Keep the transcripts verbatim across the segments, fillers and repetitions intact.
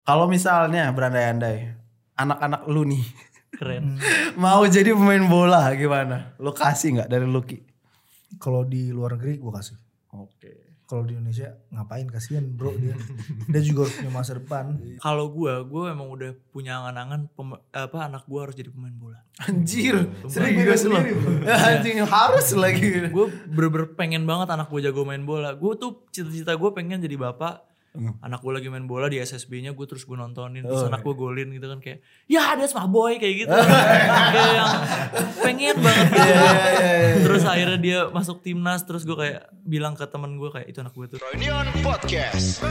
Kalau misalnya berandai-andai anak-anak lu nih Keren. mau jadi pemain bola gimana? Lu kasih nggak dari Lucky? Kalau di luar negeri gue kasih. Oke. Kalau di Indonesia ngapain, kasihan bro dia. Dia juga harus punya masa depan. Kalau gue, gue emang udah punya angan-angan pem- apa anak gue harus jadi pemain bola. Anjir, serius lu. Anjing harus lagi. Gue bener-bener pengen banget anak gue jago main bola. Gue tuh cita-cita gue pengen jadi bapak. Hmm. Anak gue lagi main bola di S S B-nya, gue terus gue nontonin, terus Oh, anak iya. gue golin gitu kan kayak, ya that's my boy kayak gitu. Kayak yang pengen banget gitu. Iya, iya, iya, iya. Terus akhirnya dia masuk timnas, terus gue kayak bilang ke temen gue kayak itu anak gue tuh. Reunion Podcast.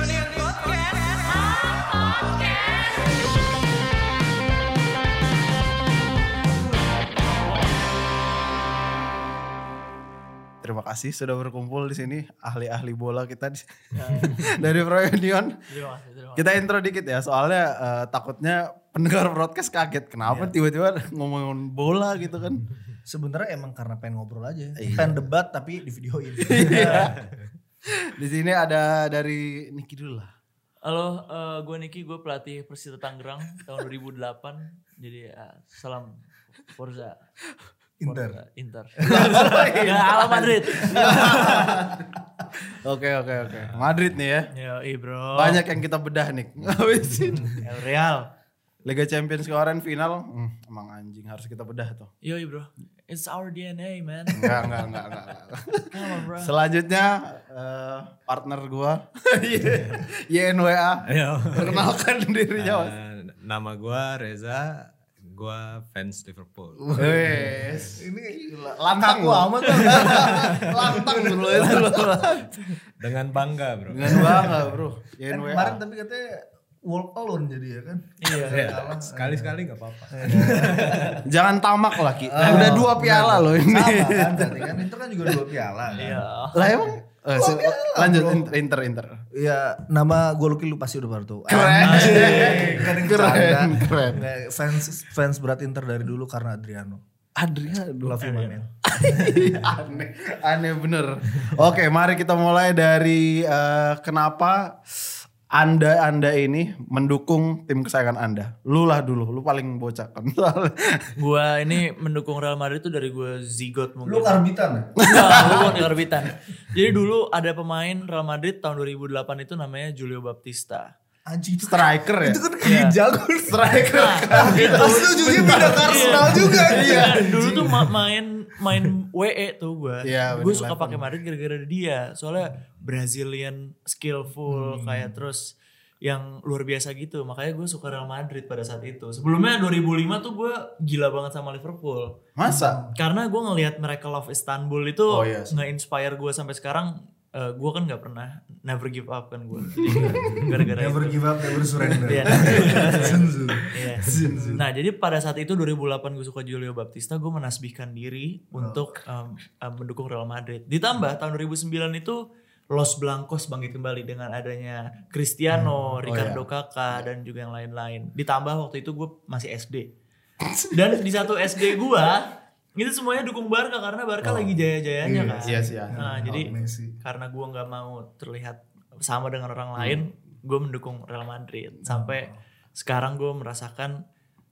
Terima kasih sudah berkumpul di sini ahli-ahli bola kita di- dari Reunion. Terima kasih, terima kasih. Kita intro dikit ya, soalnya eh, takutnya pendengar broadcast kaget kenapa tiba-tiba ngomongin bola gitu kan. Sebenarnya emang karena pengen ngobrol aja. Iya. Pengen debat tapi di videoin. Di sini ada dari Niki dulu lah. Halo, eh, gue Niki, gue pelatih Persita Tangerang tahun dua ribu delapan. Jadi ya, salam Forza. Inter. Forza, Inter. Ya, ala Madrid. Oke oke oke. Madrid nih ya. Yo, bro. Banyak yang kita bedah nih. Ngabisin. El Real. Liga Champions kemarin final, hmm, emang anjing harus kita bedah tuh. Yo, bro. It's our D N A, man. Enggak enggak enggak enggak. enggak. Come on, bro. Selanjutnya eh, partner gua Y N W A. Ayo. Perkenalkan dirinya Mas. Eh, nama gua Reza, gua fans Liverpool. Wes. Ini Lantang aku loh. amat kan. Lantang dulu itu loh. Dengan bangga, bro. Dengan bangga bro. Y Kan N W A. kemarin tapi katanya walk alone jadi ya kan. Iya. Ya, sekali-sekali nggak apa-apa. Jangan tamak lah Ki. Udah dua piala loh ini. Sama kan berarti kan itu kan juga dua piala kan. Iya. Lah emang eh, se- lanjut inter inter. inter. Iya, nama gue Lucky lu pasti udah baru tuh. Keren. Anjing, kan yang Keren, bercanda. keren. Nggak, fans fans berat Inter dari dulu karena Adriano. Adriano. Love you my man. aneh, aneh bener. Oke, mari kita mulai dari eh, kenapa anda anda ini mendukung tim kesayangan anda. Lu lah dulu, lu paling bocah kan. Gue ini mendukung Real Madrid tuh dari gue zigot mungkin. Lu karbitan ya? Enggak, gue bukan di karbitan. Jadi dulu ada pemain Real Madrid tahun dua ribu delapan itu namanya Julio Baptista. Anjing itu Striker ya. itu kan kayak jago striker. Nah, gitu. Pasti ujungnya pindah ke Arsenal juga. Iya, dulu tuh ma- main main W E tuh gue. Iya, Gue bener, suka level. pakai Madrid gara-gara dia. Soalnya Brazilian, skillful, kayak terus yang luar biasa gitu. Makanya gue suka Real Madrid pada saat itu. Sebelumnya dua ribu lima tuh gue gila banget sama Liverpool. Masa? Karena gue ngelihat mereka Love Istanbul itu Oh, iya sih. nge-inspire gue sampai sekarang. Uh, gue kan nggak pernah never give up kan gue. Jadi gara-gara Never itu. give up, never surrender. Iya. Sun Tzu. Iya. Nah jadi pada saat itu dua ribu delapan gue suka Julio Baptista, gue menasbihkan diri untuk um, um, mendukung Real Madrid. Ditambah tahun dua ribu sembilan itu Los Blancos bangkit kembali dengan adanya Cristiano, Ricardo Kakak dan juga yang lain-lain. Ditambah waktu itu gue masih S D. Dan di satu S D gue itu semuanya dukung Barca karena Barca lagi jaya-jayanya kan. Iya sih. Ya. Nah jadi Messi. karena gue nggak mau terlihat sama dengan orang lain, gue mendukung Real Madrid sampai sekarang gue merasakan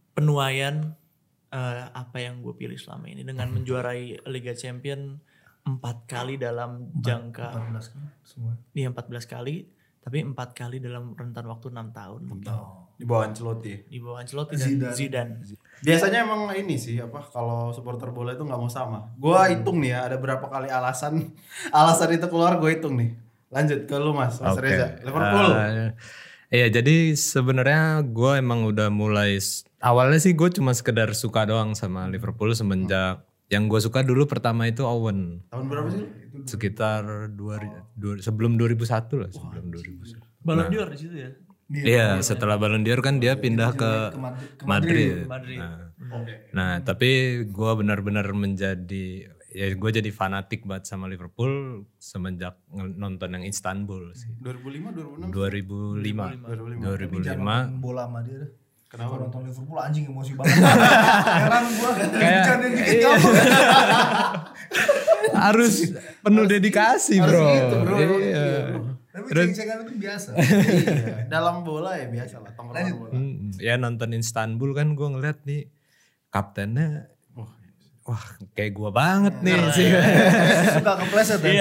penuaian eh, apa yang gue pilih selama ini dengan menjuarai Liga Champion empat kali dalam jangka empat belas kan semua. iya empat belas kali, tapi empat kali dalam rentan waktu enam tahun mungkin. Di bawah Ancelotti. Di bawah Ancelotti dan Zidane. Zidane. Biasanya emang ini sih apa kalau supporter bola itu nggak mau sama. Gua hitung nih ya ada berapa kali alasan alasan itu keluar gue hitung nih. Lanjut ke lu Mas, Mas Oke. Reza. Liverpool. Eh, Iya, jadi sebenarnya gue emang udah mulai awalnya sih gue cuma sekedar suka doang sama Liverpool semenjak yang gue suka dulu pertama itu Owen. Tahun berapa sih? Sekitar dua, dua sebelum dua ribu satu lah, sebelum dua ribu satu. Ballon d'Or di situ ya. Iya, setelah Ballon d'Or kan dia pindah ke Madrid. Madrid. Nah, nah, tapi gue benar-benar menjadi ya gue jadi fanatik banget sama Liverpool semenjak nge- nonton yang Istanbul sih. dua ribu lima, dua ribu enam. dua ribu lima. dua ribu lima. Bola sama dia dah. Kenapa? Kalau nonton Liverpool anjing emosi banget. Heran gua. Kayak- Bercandain dikit iya. apa? Harus penuh dedikasi, bro. Harus gitu, bro. Iya. Tapi ceng-cengan itu biasa. Iya, dalam bola ya biasa lah, tongkrongan bola. Hmm, ya nonton Istanbul kan gue ngeliat nih kaptennya, wah kayak gue banget nih sih. Suka kepleset ya. Iya.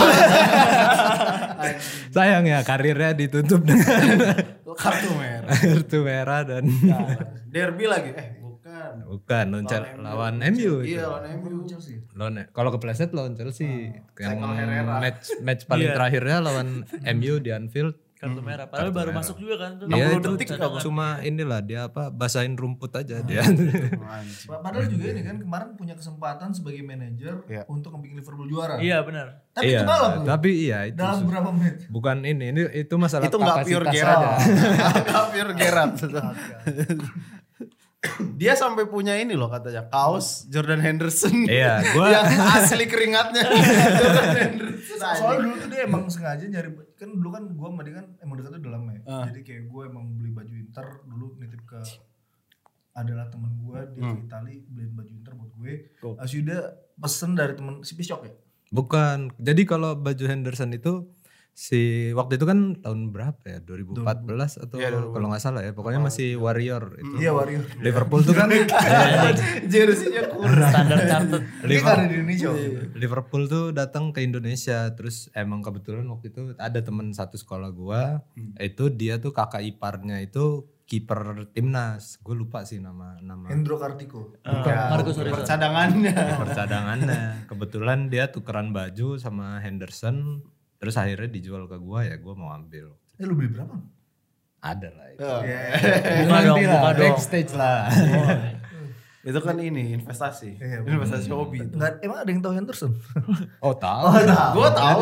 Sayang ya karirnya ditutup dengan Kartu merah. kartu merah dan Derby lagi. Eh bukan. bukan lawan, Chel- lawan M U. itu. Iya lawan M U. Lawan kalau kepleset lawan Chelsea. Yang Michael Herrera. match match paling Iya. terakhirnya lawan M U di Anfield. Kartu merah. Padahal baru masuk juga kan tuh. Iya enam puluh itu detik cadangan. cuma inilah dia apa basahin rumput aja dia. Anjing. Padahal juga ini kan kemarin punya kesempatan sebagai manajer Iya. untuk membuat Liverpool juara. Iya benar. Tapi Iya, itu kalah bro. tapi iya itu Dalam beberapa menit. bukan ini, ini itu masalah Itu nggak pure kapasitas Gerrard. aja. Nggak pure Gerrard. Dia sampai punya ini loh katanya kaos Jordan Henderson. Iya, gua- yang asli keringatnya Jordan Henderson. Soalnya dulu tuh dia emang sengaja nyari, kan dulu kan gue sama dia kan emang dekatnya udah lama ya. Ah. Jadi kayak gue emang beli baju Inter dulu nitip ke adalah temen gue di Itali beliin baju Inter buat gue. Asli udah pesen dari temen si Piscok ya. Bukan. Jadi kalau baju Henderson itu si waktu itu kan tahun berapa ya? dua ribu empat belas atau kalau nggak salah ya. Pokoknya masih Warrior itu. Iya Warrior. Liverpool tuh kan Jersey-nya kurang. Standar charted. Dia kan ada di Indonesia. Liverpool tuh datang ke Indonesia, terus emang kebetulan waktu itu ada temen satu sekolah gua, itu dia tuh kakak iparnya itu kiper timnas, gue lupa sih nama nama Hendro Kartiko. Ya, Marcus Horizon. cadangannya. percadangannya. Kebetulan dia tukeran baju sama Henderson, terus akhirnya dijual ke gua ya, gua mau ambil. Eh lu beli berapa? Ada lah itu. Buka dong, buka dong. Backstage lah. Itu kan ini investasi. Iya, investasi hobi. Enggak, emang ada yang tahu Henderson? Oh tahu. Gue tahu.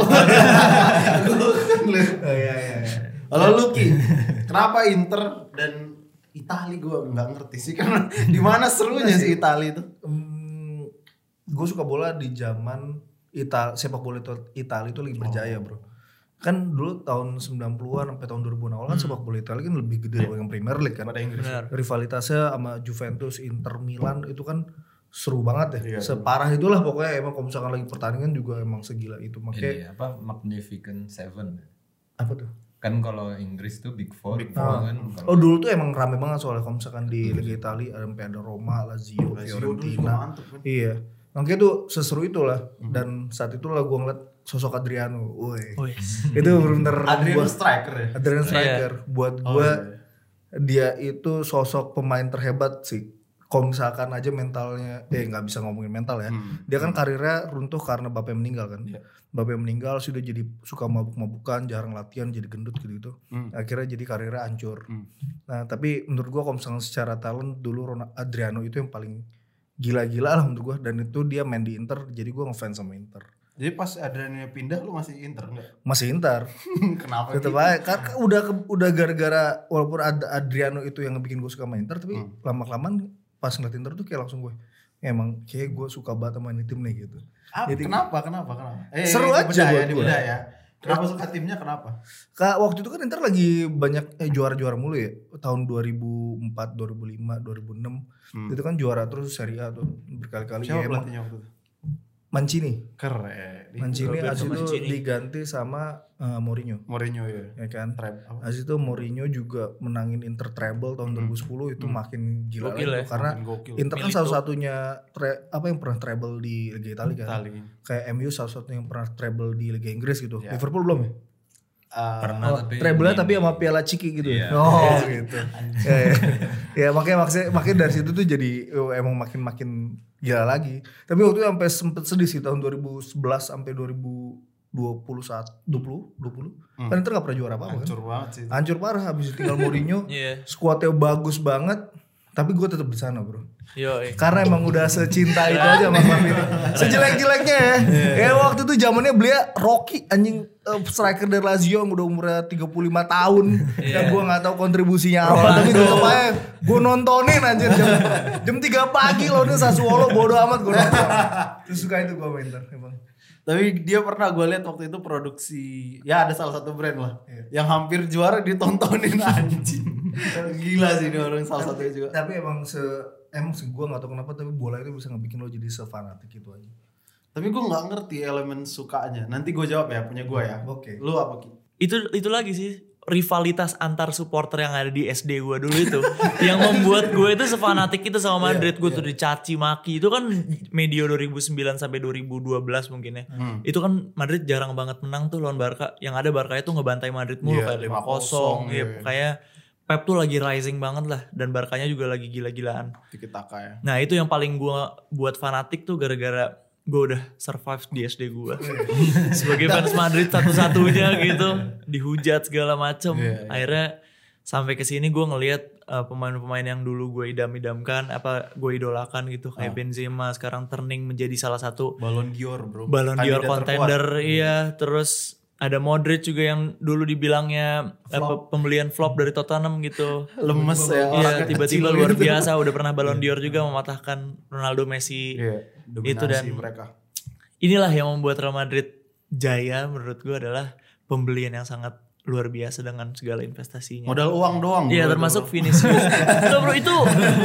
Oh iya iya. Kalau lu Ki, kenapa Inter dan Itali gue nggak ngerti sih karena di mana serunya sih Itali itu? Hmm, gue suka bola di zaman Itali, sepak bola itu Itali itu lagi berjaya bro. Kan dulu tahun sembilan puluhan sampai tahun dua ribuan awal kan sepak bola Itali kan lebih gede daripada Premier League kan. Benar. Rivalitasnya sama Juventus, Inter, Milan itu kan seru banget ya. Iya. Separah itulah pokoknya emang kalau misalkan lagi pertandingan juga emang segila itu. Makanya Ini apa Magnificent Seven. apa tuh? Kan kalau Inggris tuh Big Four, Big Four kan. Oh dulu tuh emang rame banget soalnya kalau misalkan di Liga Italia ada sampai ada Roma, Lazio, Fiorentina. mantep kan. Iya. Makanya tuh seseru itulah dan saat itulah gue ngeliat sosok Adriano. Woi. Wih. Itu bener-bener Adriano buat striker ya. Adriano striker buat Oh, gue iya. dia itu sosok pemain terhebat sih. Kalau misalkan aja mentalnya, eh nggak bisa ngomongin mental ya. Dia kan karirnya runtuh karena bapaknya meninggal kan. Iya. Bapaknya meninggal sudah jadi suka mabuk-mabukan, jarang latihan, jadi gendut gitu-gitu. Akhirnya jadi karirnya hancur. Nah tapi menurut gua kalau misalkan secara talent dulu Ronald Adriano itu yang paling gila-gila lah menurut gua. Dan itu dia main di Inter, jadi gua ngefans sama Inter. Jadi pas Adriano pindah lu masih Inter enggak? Masih Inter. Kenapa Tetep gitu? aja, karena udah udah gara-gara walaupun ada Adriano itu yang bikin gue suka sama Inter, tapi lama-kelamaan pas ngeliat Inter tuh kayak langsung gue, ya emang kayak gue suka banget sama ini tim nih gitu. Ah, Jadi- kenapa? Kenapa? Kenapa? Eh, Seru di aja bedah ya, buat di gua. bedah ya. Kenapa suka timnya? Kenapa? Kak waktu itu kan Inter lagi banyak eh, juara-juara mulu ya, tahun dua ribu empat, dua ribu lima, dua ribu enam itu kan juara terus Serie A tuh berkali-kali. Siapa Ya, emang pelatihnya waktu itu? Mancini, Keren. Mancini Roberto abis itu Mancini. diganti sama eh, Mourinho, Mourinho ya. ya kan. Trap apa? Abis itu Mourinho juga menangin Inter treble tahun dua ribu sepuluh itu makin gila Gokil lagi ya, tuh, karena Makin gokil. Inter kan Milito. salah satunya tre- apa yang pernah treble di Liga Italia kan. Itali. Kayak M U salah satunya yang pernah treble di Liga Inggris gitu. Ya. Liverpool belum ya? Ah, Pernah Oh, tapi treble ini- tapi sama Piala Ciki gitu ya. Iya. Oh gitu. ya, ya. ya makanya makanya makanya dari situ tuh jadi oh, emang makin-makin gila lagi. Tapi waktu itu sampai sempet sedih sih tahun dua ribu sebelas sampai dua ribu dua puluh satu, dua puluh, dua puluh. Kan Inter gak pernah juara apa-apa kan. hancur banget sih. Hancur parah habis itu tinggal Mourinho. Iya. Skuadnya bagus banget. Tapi gue tetap di sana bro. Yo, eh. Karena emang udah secinta itu aja sama klub itu. Sejelek-jeleknya ya. Ya waktu itu zamannya beli Rocky anjing eh, striker dari Lazio yang udah umurnya tiga puluh lima tahun. Dan gue gak tahu kontribusinya apa. Tapi tetep aja gue nontonin anjir jam, jam tiga pagi loh udah Sassuolo bodo amat gue nonton. Terus suka itu gue main Inter emang. Tapi dia pernah gue lihat waktu itu produksi, ya ada salah satu brand lah, yang hampir juara ditontonin anjing. Gila sih dia orang salah satunya juga. Tapi emang se emang sih gue gak tahu kenapa tapi bola itu bisa ngebikin lo jadi sefanatik itu aja. Tapi gue nggak ngerti elemen sukanya. Nanti gue jawab ya, punya gue ya. Oke. Lu apa Ki? itu itu lagi sih rivalitas antar supporter yang ada di S D gue dulu itu yang membuat gue itu sefanatik itu sama Madrid. Gue tuh dicaci maki. Itu kan medio dua ribu sembilan sampai dua ribu dua belas mungkin ya. Hmm. Itu kan Madrid jarang banget menang tuh lawan Barca. Yang ada Barca itu ngebantai Madrid mulu yeah, kayak lima kosong. Ya, kayak Pep tuh lagi rising banget lah. Dan Barkanya juga lagi gila-gilaan. Tiki-taka ya. Nah itu yang paling gue buat fanatik tuh gara-gara gue udah survive di S D gue. Sebagai fans Madrid satu-satunya gitu. Dihujat segala macem. Yeah, yeah. Akhirnya sampai ke sini gue ngelihat uh, pemain-pemain yang dulu gue idam-idamkan. Apa gue idolakan gitu. Kayak ah. Benzema sekarang turning menjadi salah satu Ballon d'Or bro. Ballon d'Or contender. Iya terus ada Modric juga yang dulu dibilangnya apa, pembelian flop dari Tottenham gitu. Lemes ya. Iya tiba-tiba luar biasa udah pernah Ballon d'Or juga mematahkan Ronaldo, Messi. Yeah, itu dan mereka. Inilah yang membuat Real Madrid jaya menurut gue adalah pembelian yang sangat luar biasa dengan segala investasinya. Modal uang doang. Iya termasuk Vinicius. Tuh bro itu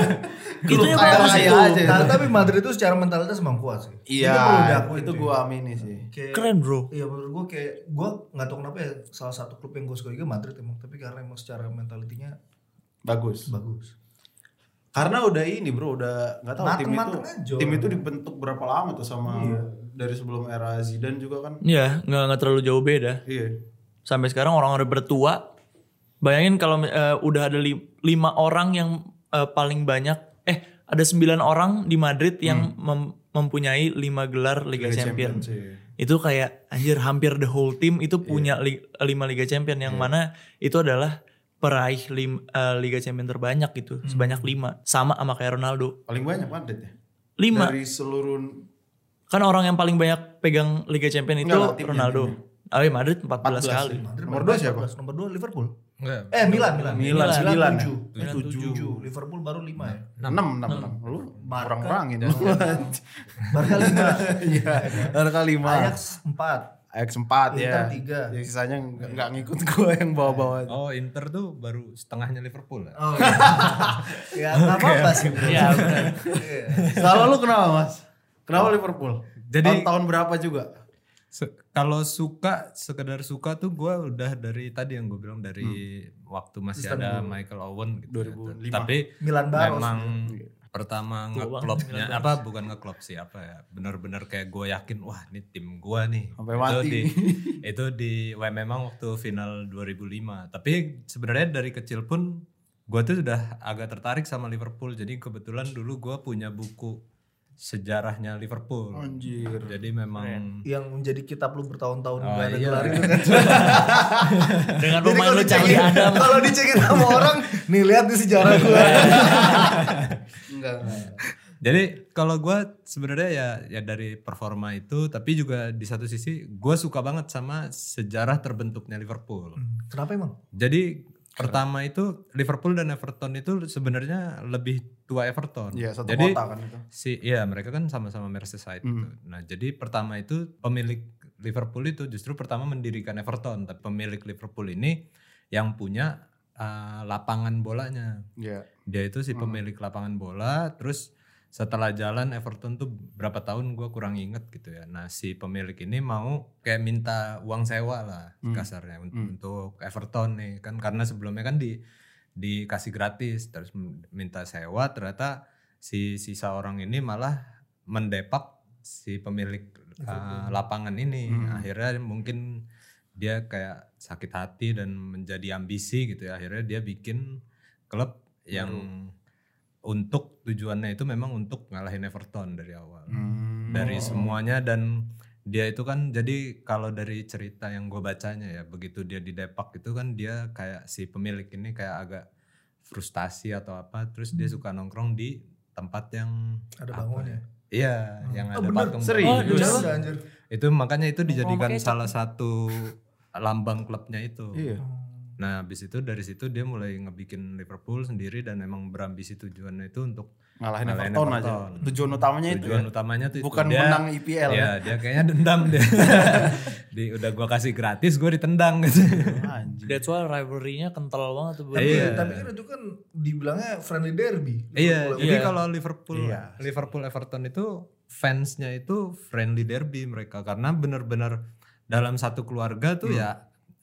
itu yang bagus itu. Nah, tapi Madrid itu secara mentalitas memang kuat sih. Iya. Itu, itu gue amini sih. Kayak, keren bro. Iya menurut gue kayak gue nggak tahu kenapa ya salah satu klub yang gue suka juga Madrid emang. Tapi karena emang secara mentalitinya bagus. Bagus. Karena udah ini bro, udah nggak tahu mateng, tim mateng itu aja. tim itu dibentuk berapa lama tuh sama iya. dari sebelum era Zidane juga kan. Iya nggak nggak terlalu jauh beda. Iya. Sampai sekarang orang udah bertua. Bayangin kalau uh, udah ada li- lima orang yang uh, paling banyak, eh ada sembilan orang di Madrid yang hmm. mem- mempunyai lima gelar Liga, Liga Champion. Champion itu kayak anjir hampir the whole team itu punya yeah. li- lima Liga Champion yang yeah. mana itu adalah peraih lim- uh, Liga Champion terbanyak gitu, hmm. sebanyak lima. Sama sama kayak Ronaldo. Paling banyak Madrid ya? Lima. Dari seluruh... Kan orang yang paling banyak pegang Liga Champion itu Enggak, Ronaldo. Timnya. Oh iya Madrid empat belas kali. Madrid nomor dua siapa? Nomor dua Liverpool. Enggak. Eh Milan, Milan. Milan sembilan. tujuh. Liverpool baru lima ya. enam, enam, enam. Lu kurang-kurangin. Barca lima. Iya. Barca lima. Ajax empat. Ajax empat ya. Inter tiga. Ya sisanya enggak ngikut gue yang bawa-bawa. Oh, Inter tuh baru setengahnya Liverpool ya. Oh. Ya enggak apa-apa sih. Iya benar. Kalau lu kenapa, Mas? Kenapa Liverpool? Jadi tahun berapa juga? Se- kalau suka sekedar suka tuh gue udah dari tadi yang gue bilang dari hmm. waktu masih Sistem ada dulu. Michael Owen gitu. dua ribu lima. Tapi Milan Baros. memang pertama ngeklopnya apa bukan ngeklop sih apa ya benar-benar kayak gue yakin wah ini tim gue nih. Sampai itu mati. Di, itu di wah, memang waktu final dua ribu lima. Tapi sebenarnya dari kecil pun gue tuh sudah agak tertarik sama Liverpool. Jadi kebetulan dulu gue punya buku sejarahnya Liverpool. Anjir. Jadi memang yang menjadi kitab lu bertahun-tahun oh, gak ada iya. gelar itu kan. Dengan pemain lu Charlie Adam. Kalau dicekin sama orang, nih lihat di sejarah gue. Enggak, enggak. Jadi kalau gue sebenarnya ya ya dari performa itu, tapi juga di satu sisi gue suka banget sama sejarah terbentuknya Liverpool. Kenapa emang? Jadi pertama itu Liverpool dan Everton itu sebenarnya lebih tua Everton. Iya, satu jadi, kota kan itu. Si iya mereka kan sama-sama Merseyside Mm. gitu. Nah, jadi pertama itu pemilik Liverpool itu justru pertama mendirikan Everton, tapi pemilik Liverpool ini yang punya uh, lapangan bolanya. Iya. Dia itu si pemilik mm. lapangan bola, terus setelah jalan Everton tuh berapa tahun gue kurang inget gitu ya. Nah si pemilik ini mau kayak minta uang sewa lah hmm. kasarnya untuk, hmm. untuk Everton nih kan karena sebelumnya kan di dikasih gratis terus minta sewa ternyata si sisa orang ini malah mendepak si pemilik uh, lapangan ini. Hmm. Akhirnya mungkin dia kayak sakit hati dan menjadi ambisi gitu ya. Akhirnya dia bikin klub yang Baru. Untuk tujuannya itu memang untuk ngalahin Everton dari awal. Hmm. Dari semuanya dan dia itu kan jadi kalau dari cerita yang gue bacanya ya begitu dia di Depak itu kan dia kayak si pemilik ini kayak agak frustasi atau apa terus hmm. dia suka nongkrong di tempat yang ada bangunnya. Iya, hmm. yang ada oh, patung. Serius? Oh, itu makanya itu dijadikan oh, salah satu lambang klubnya itu. Iya. Nah, habis itu dari situ dia mulai ngebikin Liverpool sendiri dan emang berambisi tujuannya itu untuk ngalahin Everton, Everton aja. Tujuan utamanya Tujuan itu. Tujuan ya? utamanya tuh bukan itu. Dia, menang I P L. Ya, dia kayaknya dendam dia. Di udah gua kasih gratis, gua ditendang gitu. That's why rivalry-nya kental banget tuh. Tapi, iya. tapi kan itu kan dibilangnya friendly derby. Iya, jadi iya. kalau Liverpool iya. Liverpool Everton itu fansnya itu friendly derby mereka karena benar-benar dalam satu keluarga tuh hmm. ya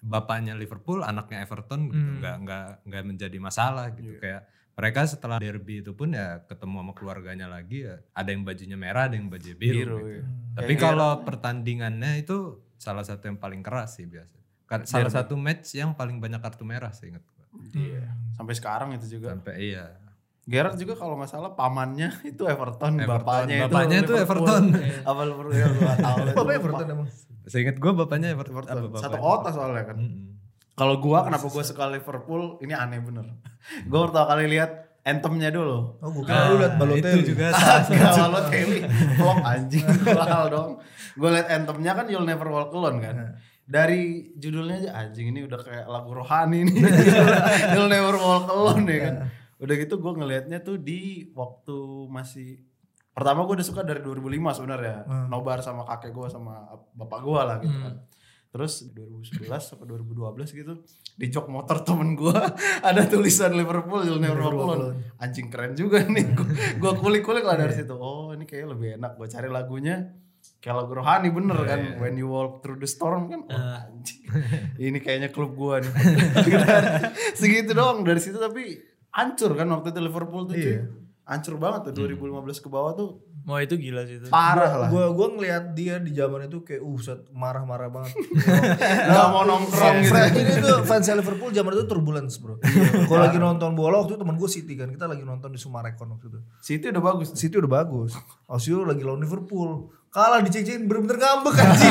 bapaknya Liverpool, anaknya Everton gitu. Hmm. Nggak nggak nggak menjadi masalah gitu. Kayak mereka setelah derby itu pun ya ketemu sama keluarganya lagi ya. Ada yang bajunya merah, ada yang baju biru. Biru, gitu. iya. Tapi kalau pertandingannya itu salah satu yang paling keras sih biasa. Kan salah satu match yang paling banyak kartu merah sih ingat gue. Iya. Sampai sekarang itu juga. Sampai iya. Gerrard juga kalau nggak salah pamannya itu Everton, Everton. bapaknya, Bapaknya itu Liverpool. Everton. Apa Liverpool ya gua tahu. Bapaknya Everton emang. Seingat gue bapaknya Everton. Everton. apa bapaknya? Satu kota soalnya kan. Mm-mm. Kalau gua kenapa gua suka Liverpool, ini aneh bener. Gua pertama kali lihat anthemnya dulu. Oh gue kira lu liat Balotelli. Itu juga Kalau Kelly vlog anjing halal dong. Gue liat anthemnya kan You'll Never Walk Alone kan. Dari judulnya aja anjing ini udah kayak lagu rohani nih. You'll Never Walk Alone ya kan. Udah gitu gue ngelihatnya tuh di waktu masih pertama gue udah suka dari dua ribu lima sebenarnya. Nobar sama kakek gue sama bapak gue lah gitu kan. Terus dua ribu sebelas sampai dua ribu dua belas gitu di jok motor temen gue ada tulisan Liverpool You'll Never Walk Alone. Anjing keren juga nih. Gue kulik-kulik lah dari situ. Oh ini kayaknya lebih enak. Gue cari lagunya kayak lagu rohani bener kan. When You Walk Through the Storm kan. Oh, anjing. Ini kayaknya klub gue nih. Segitu doang dari situ tapi hancur kan waktu itu Liverpool tuh cuy. Hancur banget tuh dua ribu lima belas ke bawah tuh. Mau itu gila sih itu. Parah lah. Gue gue ngelihat dia di zaman itu kayak uh set marah-marah banget. Gak mau nongkrong gitu. Fans ini tuh fans Liverpool zaman itu turbulence bro. Kalau lagi nonton bola waktu itu temen gue City kan, kita lagi nonton di Sumarekon waktu itu. City udah bagus. City udah bagus. Ausio lagi lawan Liverpool. Kalah dicecein bener-bener ngambek anjing.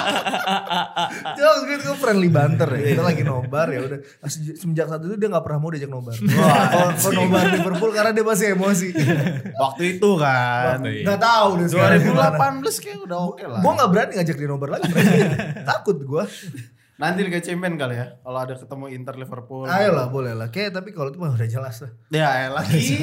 Terus gue friendly banter ya. Kita lagi nobar ya udah. Semenjak saat itu dia gak pernah mau diajak nobar. Kalau nobar Liverpool karena dia masih emosi. Waktu itu kan. Gak tahu deh dua sekarang ribu gimana. delapan belas kayak udah oke lah. Gue gak berani ngajak dia nobar lagi. Takut gue. Nanti Liga Champions kali ya. Kalau ada ketemu Inter Liverpool. Ayolah boleh lah. Kayak tapi kalau itu mah udah jelas lah. Ya lagi.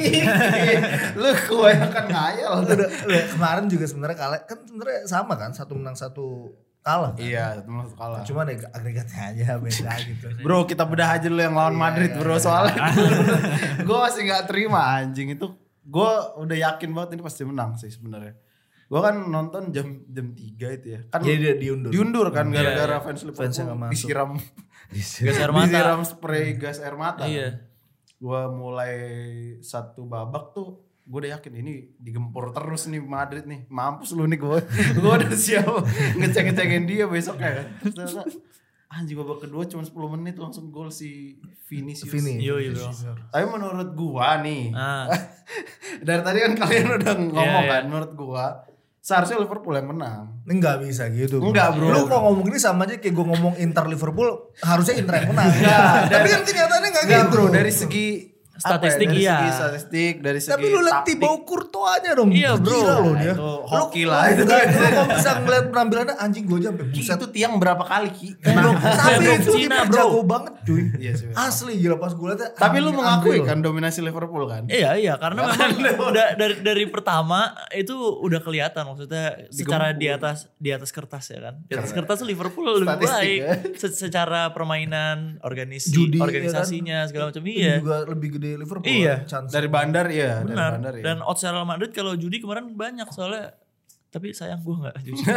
Lu kebanyakan ngayal. Udah, udah, kemarin juga sebenarnya kalah. Kan sebenarnya sama kan. Satu menang satu kalah kan. Iya, temen kalah. Cuma deh agregatnya aja beda gitu. Bro, kita bedah aja dulu yang lawan Madrid, bro. Soalnya gue masih nggak terima anjing itu. Gue udah yakin banget ini pasti menang sih sebenarnya. Gue kan nonton jam jam tiga itu ya. Kan Jadi dia diundur. diundur kan gara-gara Iya, iya. fans Fans yang nggak Liverpool masuk. disiram Gas air mata. disiram spray gas air mata. Iya. Gue mulai satu babak tuh gue udah yakin ini digempur terus nih Madrid nih. Mampus lu nih gue. Gue udah siap ngecek-ngecekin dia besok ya kan. Terus ternyata, anjing babak kedua cuma sepuluh menit langsung gol si Vinicius. Vini. Yoi bro. Tapi menurut gua nih, Ah. dari tadi kan kalian udah ngomong Iya, kan, iya. menurut gua seharusnya Liverpool yang menang. Enggak bisa gitu. Enggak, bro. Lu kok ngomong ini sama aja kayak gue ngomong Inter Liverpool, harusnya Inter yang menang. Tapi kan kenyataannya enggak Enggak gitu. bro, dari segi Statistik apa ya, dari iya. segi statistik, dari segi Tapi lu lihat taktik. Thibaut Courtois-nya dong. Iya, bro. Gila loh Nah, dia. itu Lu- hoki lu- lah itu. Enggak, lu kalau bisa ngeliat penampilannya anjing gue aja sampai Ki, buset. itu tiang berapa kali Ki? Tapi Bro, itu Cina, kiper bro. jago banget cuy. Iya sih. Asli gila pas gue liatnya. Tapi lu anjing, mengakui Andre kan loh. dominasi Liverpool kan? Iya iya karena memang udah dari dari pertama itu udah kelihatan maksudnya secara di atas di atas kertas ya kan. Di atas kertas tuh Liverpool lebih Statistik baik ya. Se- secara permainan, organisasi, Judi, organisasinya ya kan? segala macam Itu iya. juga lebih gede Liverpool. Iya. kan, chance. Dari bandar ya, dari Benar. bandar ya. Dan odds Real Madrid kalau judi kemarin banyak soalnya tapi sayang gue nggak judi.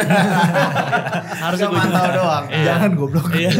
Harusnya Cuma gue mantau doang. Jangan goblok. Iya.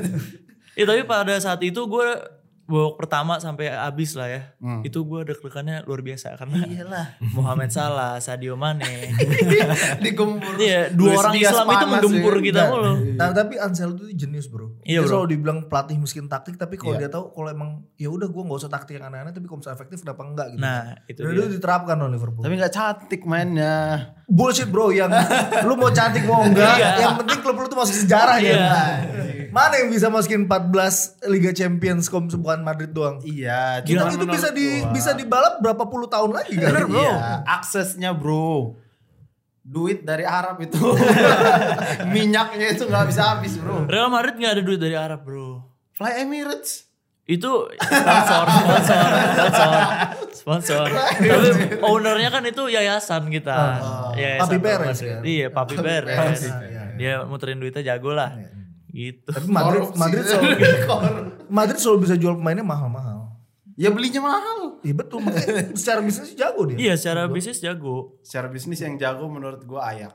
Ya, tapi pada saat itu gue babak pertama sampai habis lah ya. Hmm. Itu gue deg-degannya luar biasa karena Iyalah. Mohamed Salah, Sadio Mane. Digempur. Iya, dua Luis orang Diaz Islam itu panas menggempur ya. kita Nah, mulu. Nah, tapi Ansel itu jenius bro. Iya, Dia bro. selalu dibilang pelatih miskin taktik, tapi kalau Iya. dia tahu kalau emang ya udah gue nggak usah taktik yang aneh-aneh, tapi kalau misalnya efektif kenapa enggak gitu. Nah, itu Dan dia. itu diterapkan oleh Liverpool. Tapi gak cantik mainnya. Bullshit bro, yang lu mau cantik mau enggak, yang penting klub lu tuh masuk sejarah ya. Iya. Mana yang bisa masukin empat belas Liga Champions kom bukan Madrid doang. Iya. Kita cuman itu bisa menurut di gua- bisa dibalap berapa puluh tahun lagi kan? Bener bro. Iya, aksesnya bro. Duit dari Arab itu. Minyaknya itu gak bisa habis bro. Real Madrid nggak ada duit dari Arab bro. Fly Emirates. Itu sponsor, sponsor, sponsor, sponsor. Tapi ownernya kan itu yayasan kita. Yayasan Papi Real Perez Madrid. ya? Iya, Papi Perez. Perez, iya. Dia muterin duitnya jago lah. Gitu. Tapi Madrid Korupsi. Madrid selalu Madrid selalu bisa jual pemainnya mahal-mahal. Ya belinya mahal. Iya betul, makanya secara bisnis jago dia. Iya, secara bisnis jago. Secara bisnis yang jago menurut gua Ajax.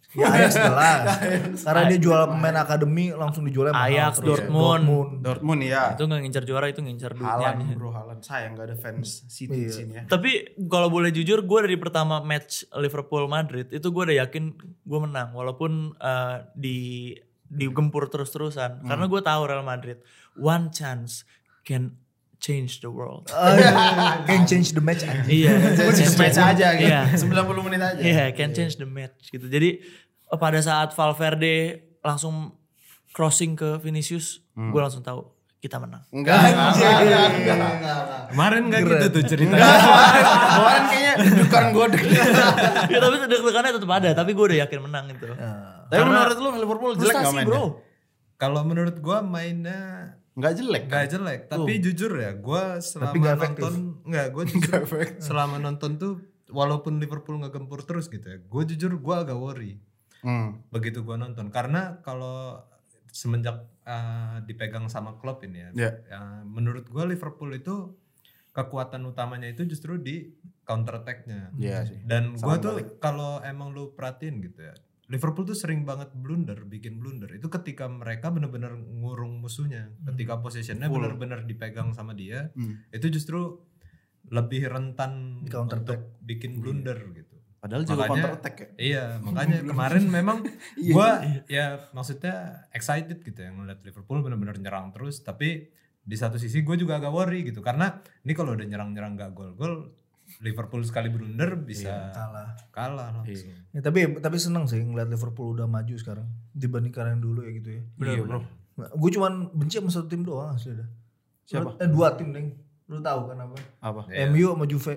Ya Ajax jelas. Karena dia jual pemain akademi langsung dijualnya mahal. Ajax, terus. Dortmund. Dortmund. Dortmund ya. Itu nggak ngincar juara, itu ngincar duitnya. Haaland bro, Haaland. Sayang gak ada fans City di sini ya. Tapi kalau boleh jujur, gue dari pertama match Liverpool Madrid itu gue udah yakin gue menang, walaupun uh, di digempur terus-terusan. Hmm. Karena gue tahu Real Madrid one chance can change the world. Oh, yeah. Can change the match aja. Iya, Change match aja gitu. Iya. sembilan puluh menit aja. Iya, can change the match gitu. Jadi uh, pada saat Valverde langsung crossing ke Vinicius, hmm. gue langsung tahu kita menang. Enggak, enggak, enggak, enggak, enggak, enggak. Kemarin gak gitu tuh ceritanya. Kemarin kayaknya deg-degan gue deg-degan. Ya tapi deg-degannya tetap ada, tapi gue udah yakin menang itu. Tapi menurut lu Liverpool jelek gak Frustasi mainnya? bro. Kalau menurut gua mainnya Gak jelek kan? gak jelek, tapi jujur ya, gua selama Tapi gak efektif. nonton enggak, gua jujur selama nonton tuh walaupun Liverpool ngegempur terus gitu ya, gua jujur gua agak worry. Hmm. Begitu gua nonton, karena kalau semenjak uh, dipegang sama Klopp ini ya, Yeah. uh, menurut gua Liverpool itu kekuatan utamanya itu justru di counter attack-nya. Iya sih. Dan gua Salam tuh balik. kalau emang lu perhatiin gitu ya, Liverpool tuh sering banget blunder, bikin blunder. Itu ketika mereka benar-benar ngurung musuhnya, ketika possessionnya benar-benar dipegang sama dia, Hmm. itu justru lebih rentan Di counter untuk bikin blunder gitu. Padahal juga Makanya- counter attack ya. Iya, makanya kemarin memang gua ya maksudnya excited gitu ya ngeliat Liverpool benar-benar nyerang terus, tapi di satu sisi gue juga agak worry gitu karena ini kalau udah nyerang-nyerang gak gol-gol, Liverpool sekali blunder bisa Kalah. kalah langsung. Ya, tapi tapi seneng sih ngeliat Liverpool udah maju sekarang dibandingkan yang dulu ya gitu ya. Iya bro. Gue cuman benci sama satu tim doang asli dah. Siapa? Eh dua tim deng. Lu tahu kan apa? Apa? M U sama Juve.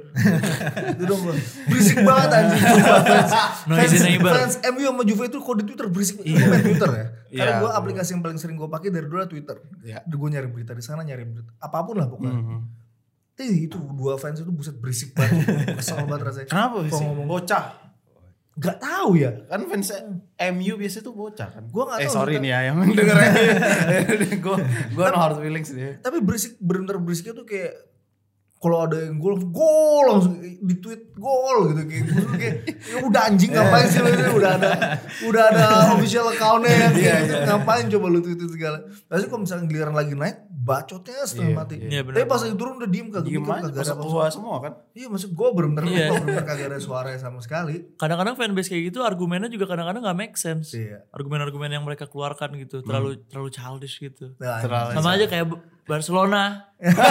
Itu dong gua. Berisik banget anjing. Sumpah, fans, Noisy fans, neighbor. fans M U sama Juve itu kalau di Twitter berisik. Gue main Twitter ya. Karena Iya, gue aplikasi yang paling sering gue pakai dari dulu adalah Twitter. Iya. Gue nyari berita di sana, nyari berita apapun lah pokoknya. Mhm. Eh itu dua fans itu buset berisik banget. Kesel banget rasanya. Kenapa Kalau sih? ngomong Bocah. Gak tahu ya. Kan fans M U biasanya tuh bocah kan. Gua nggak eh tahu, sorry kita- nih ya yang denger. Gue gue no hard feelings nih. Tapi berisik bener-bener berisiknya tuh kayak kalau ada yang gol gol langsung di tweet gol gitu kayak gitu kayak ya udah anjing ngapain sih lu ini udah ada udah ada official account-nya yang kayak gitu, ngapain coba lu tweet segala. Pasti kalau misalnya giliran lagi naik bacotnya setengah mati. Iya, bener. Tapi pas lagi turun udah diem kagak Diem mikir aja kagak pas ada apa. gua semua kan. Iya maksud gue bener-bener Iya. gua bener-bener kagak ada suaranya sama sekali. Kadang-kadang fanbase kayak gitu argumennya juga kadang-kadang gak make sense. Iya. Argumen-argumen yang mereka keluarkan gitu terlalu terlalu childish gitu. Nah, Terlalu- Sama aja kayak Barcelona.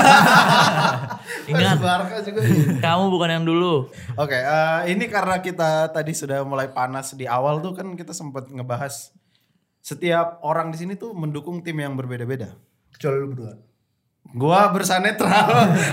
Ingat, Barca juga. kamu bukan yang dulu. Oke, eh, ini karena kita tadi sudah mulai panas di awal tuh kan kita sempat ngebahas setiap orang di sini tuh mendukung tim yang berbeda-beda. kecuali lu berdua. Gua berusaha netral.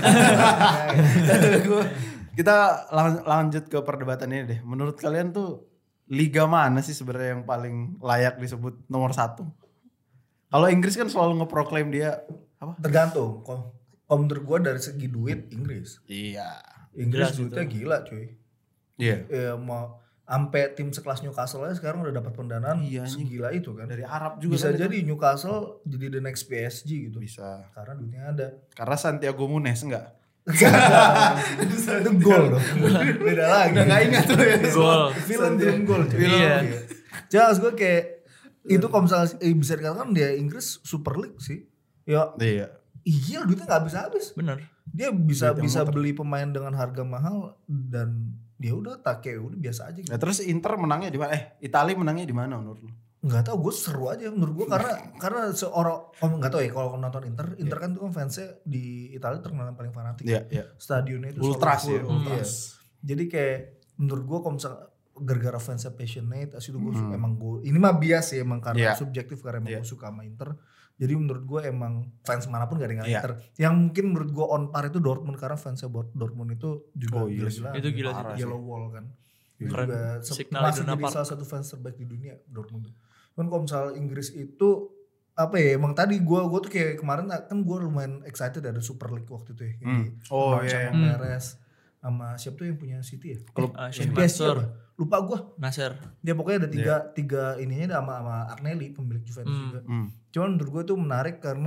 Gua- kita lang- lanjut ke perdebatan ini deh. Menurut kalian tuh liga mana sih sebenarnya yang paling layak disebut nomor satu? Kalau Inggris kan selalu ngeproklaim dia apa? Tergantung. Kalau kalau menurut gue dari segi duit Inggris. Iya. Inggris Jelas duitnya gila cuy. Iya. Ya mau sampai tim sekelas Newcastle aja sekarang udah dapat pendanaan Iya, anjing. segila itu kan. Dari Arab juga Bisa kan itu. jadi Newcastle jadi the next P S G gitu. Bisa. Karena duitnya ada. Karena Santiago Muniz enggak? Itu gol dong. Beda lagi. Udah gak ingat tuh ya. Gol. Film film gol. cuy. Iya. Jelas gue kayak itu kalau misalnya eh, bisa dikatakan dia Inggris Super League sih. Ya Iya. iya duitnya nggak habis-habis. Bener. Dia bisa Duit yang bisa muter. beli pemain dengan harga mahal dan dia udah tak kayak udah biasa aja gitu. Nah, terus Inter menangnya di mana? Eh, Italia menangnya di mana menurut lu? Nggak tahu gue seru aja menurut gue karena karena seorang oh, nggak tahu ya kalau nonton Inter Inter kan tuh kan fansnya di Italia terkenal yang paling fanatik. Iya, iya. Stadionnya itu Ultras selalu ya, full. ultras. Iya. Jadi kayak menurut gue kalau misalnya gara-gara fansnya passionate asli itu gue suka emang gue ini mah bias ya emang karena Iya. subjektif karena emang Iya. gue suka sama Inter. Jadi menurut gue emang fans manapun gak ada yang Iya. Inter. Yang mungkin menurut gue on par itu Dortmund karena fansnya buat Dortmund itu juga Oh, iya gila-gila. Itu gila sih. Parah sih. Yellow Wall kan. Itu Keren. juga se- Signal masih Iduna jadi Park. salah satu fans terbaik di dunia Dortmund. Cuman kalau misalnya Inggris itu apa ya emang tadi gue gue tuh kayak kemarin kan gue lumayan excited ada Super League waktu itu ya. Yang Hmm. di- Oh, sama iya, sama iya. Perez sama siapa tuh yang punya City ya? Klub uh, Yang P S G apa? Lupa gue. Nasser. Dia pokoknya ada tiga tiga ininya ada sama sama Agnelli pemilik Juventus Hmm. juga. Hmm. Cuman menurut gue tuh menarik karena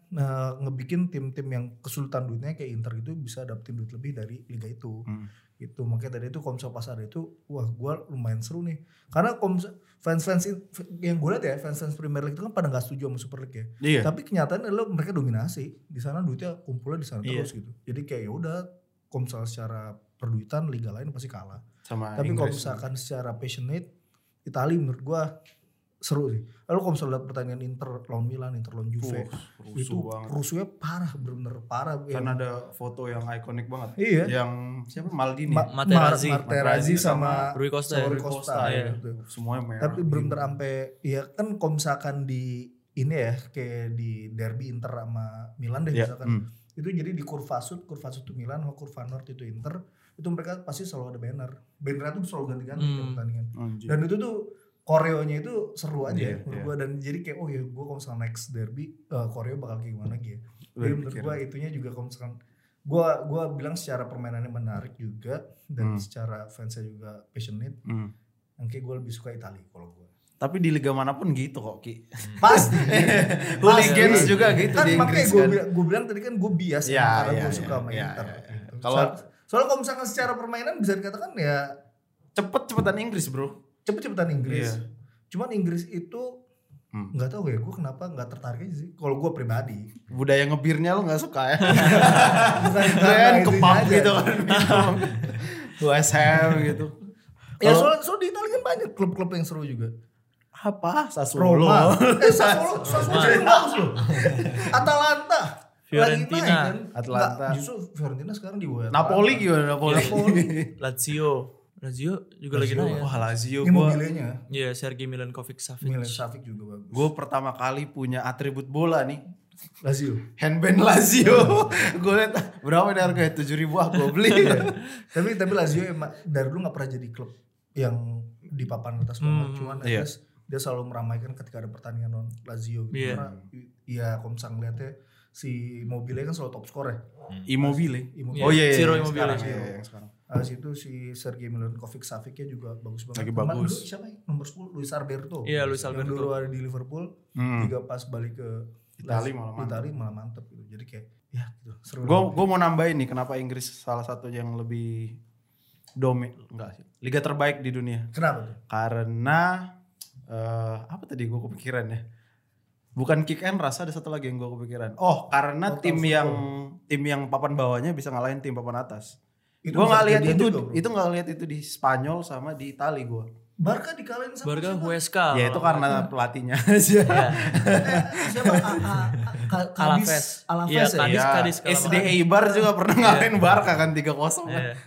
nah, ngebikin tim-tim yang kesulitan duitnya kayak Inter gitu bisa dapetin duit lebih dari liga itu. Hmm. Gitu. Makanya tadi itu kalau misalnya pas ada itu, wah gue lumayan seru nih. Karena kalau fans-fans yang gue lihat ya, fans-fans Premier League itu kan pada gak setuju sama Super League ya. Iya. Tapi kenyataannya adalah mereka dominasi. Di sana duitnya kumpulnya di sana iya. terus gitu. Jadi kayak ya udah, kalau misalnya secara perduitan liga lain pasti kalah. Sama tapi kalau misalkan juga. Secara passionate, Italia menurut gue seru sih. Lalu kalau misalnya lihat pertandingan Inter lawan Milan, Inter lawan Juve, uh, itu rusuhnya parah, bener-bener parah. Kan ada foto yang ikonik banget. Iya. Yang siapa Maldini, Ma- Materazzi, Materazzi sama Rui Costa, Rui Costa, ya. Gitu. Semuanya merah. Tapi bener-bener sampai, ya kan kalau misalkan di ini ya kayak di derby Inter sama Milan deh yeah. misalkan, hmm. itu jadi di kurva sud, kurva sud itu Milan, sama kurva nord itu Inter, itu mereka pasti selalu ada banner. Banner itu selalu ganti-ganti hmm. tiap pertandingan. Anjir. Dan itu tuh koreonya itu seru aja yeah, ya menurut yeah. gue, dan jadi kayak oh ya gue kalau misalnya next derby uh, koreo bakal kayak gimana gitu. Jadi menurut gue itunya juga kalau misalkan gue gue bilang secara permainannya menarik juga dan hmm. secara fansnya juga passionate. Hmm. Yang kayak gue lebih suka Italia kalau gue. Tapi di liga manapun gitu kok Ki. Pasti. Hooligans juga gitu kan di Inggris makanya gue kan. bilang, gue bilang tadi kan gue bias ya, ya, karena ya, gue ya, suka sama ya, Inter. Ya, ya. Gitu. Kalau soalnya kalau misalkan secara permainan bisa dikatakan ya cepet-cepetan Inggris bro. Cepet-cepetan Inggris. Yeah. Cuman Inggris itu nggak hmm. tahu ya gue kenapa nggak tertarik aja sih. Kalau gue pribadi. Budaya ngebirnya lo nggak suka ya? Bukan ke pub gitu kan. West Ham gitu. Ya soalnya so di Italia kan banyak klub-klub yang seru juga. Apa? Sassuolo. Roma. Eh Sassuolo, Sassuolo juga bagus loh. Atalanta. Fiorentina. Kan? Atalanta. Nggak, justru Fiorentina sekarang di bawah. Napoli gimana Napoli? Napoli. Lazio. Lazio juga Lazio. lagi naik. Wah Lazio gue. Immobilenya. Iya, Sergei Milinkovic-Savic. Milinkovic juga bagus. Gue pertama kali punya atribut bola nih. Lazio. Handband Lazio. Gue liat berapa nih harganya tujuh ribu ah gue beli. tapi tapi Lazio emang dari dulu nggak pernah jadi klub yang di papan atas banget. Hmm, Cuman iya. Atas, dia selalu meramaikan ketika ada pertandingan non Lazio. Iya. Karena ya kalau misalnya ngeliatnya si Immobile kan selalu top score ya. Hmm. Immobile. Immobile. Oh iya, iya Ciro iya, Immobile. Sekarang, iya, yang sekarang. Habis itu si Sergei Milinkovic-Savicnya juga bagus banget. Lagi bagus. Dulu siapa ya? Nomor sepuluh Luis Alberto. Iya, Luis Alberto. Yang dulu ada di Liverpool, hmm. juga pas balik ke Italia malah mantep. Italia malah mantep gitu. Jadi kayak ya gitu. Seru. Gue gue mau nambahin nih kenapa Inggris salah satu yang lebih domi enggak sih. Liga terbaik di dunia. Kenapa tuh? Karena uh, apa tadi gue kepikiran ya? Bukan kick and rush, ada satu lagi yang gue kepikiran. Oh, karena oh, tim yang football. tim yang papan bawahnya bisa ngalahin tim papan atas. Gue nggak lihat itu, juga, itu nggak lihat itu di Spanyol sama di Itali gue. Barca dikalahin sama Barca Huesca. Ya itu karena pelatihnya aja. Ya. Siapa? Alaves. Alaves ya. S D Eibar juga pernah ngalahin Barca kan tiga kosong.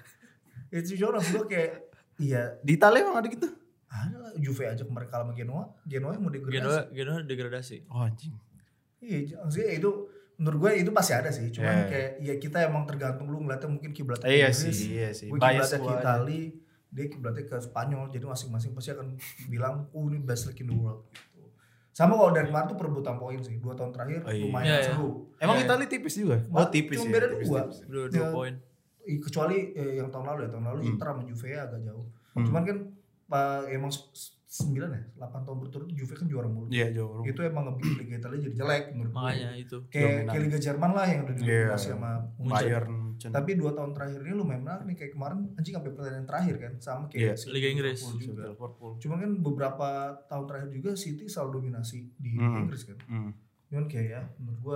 Itu jorok gue kayak iya. Di Italia emang ada gitu? Ada lah, Juve aja kemarin kalah sama Genoa. Genoa yang mau degradasi. Genoa, Genoa degradasi. Oh anjing. Iya, maksudnya itu menurut gue itu pasti ada sih. Cuman yeah. kayak ya kita emang tergantung lu ngeliatnya mungkin kiblatnya iya Inggris. Sih, iya sih. Gue kiblatnya ke Italia, dia kiblatnya ke Spanyol. Jadi masing-masing pasti akan bilang, oh ini best league in the world. Gitu. Sama kalau dari kemarin tuh perebutan poin sih. Dua tahun terakhir oh, iya. lumayan yeah, seru. Yeah. Emang yeah. Italia tipis juga? Oh tipis ya. Cuma beda dua. Dua, dua poin. Kecuali eh, yang tahun lalu ya. Tahun lalu hmm. Inter sama Juve agak jauh. Hmm. Cuman kan uh, emang sembilan ya, delapan tahun berturut Juve kan juara mulu. Iya, juara. Itu emang ngebikin Liga Italia jadi jelek menurut gue. Makanya itu. Kayak, kayak Liga Jerman lah yang udah didominasi yeah. sama Bayern. Tapi dua tahun terakhir ini lumayan menarik nih, kayak kemarin anjing sampai pertandingan terakhir kan sama kayak yeah. City, Liga Inggris juga. Cuman kan beberapa tahun terakhir juga City selalu dominasi di mm. Inggris kan. Mm. Cuman kayak ya menurut gue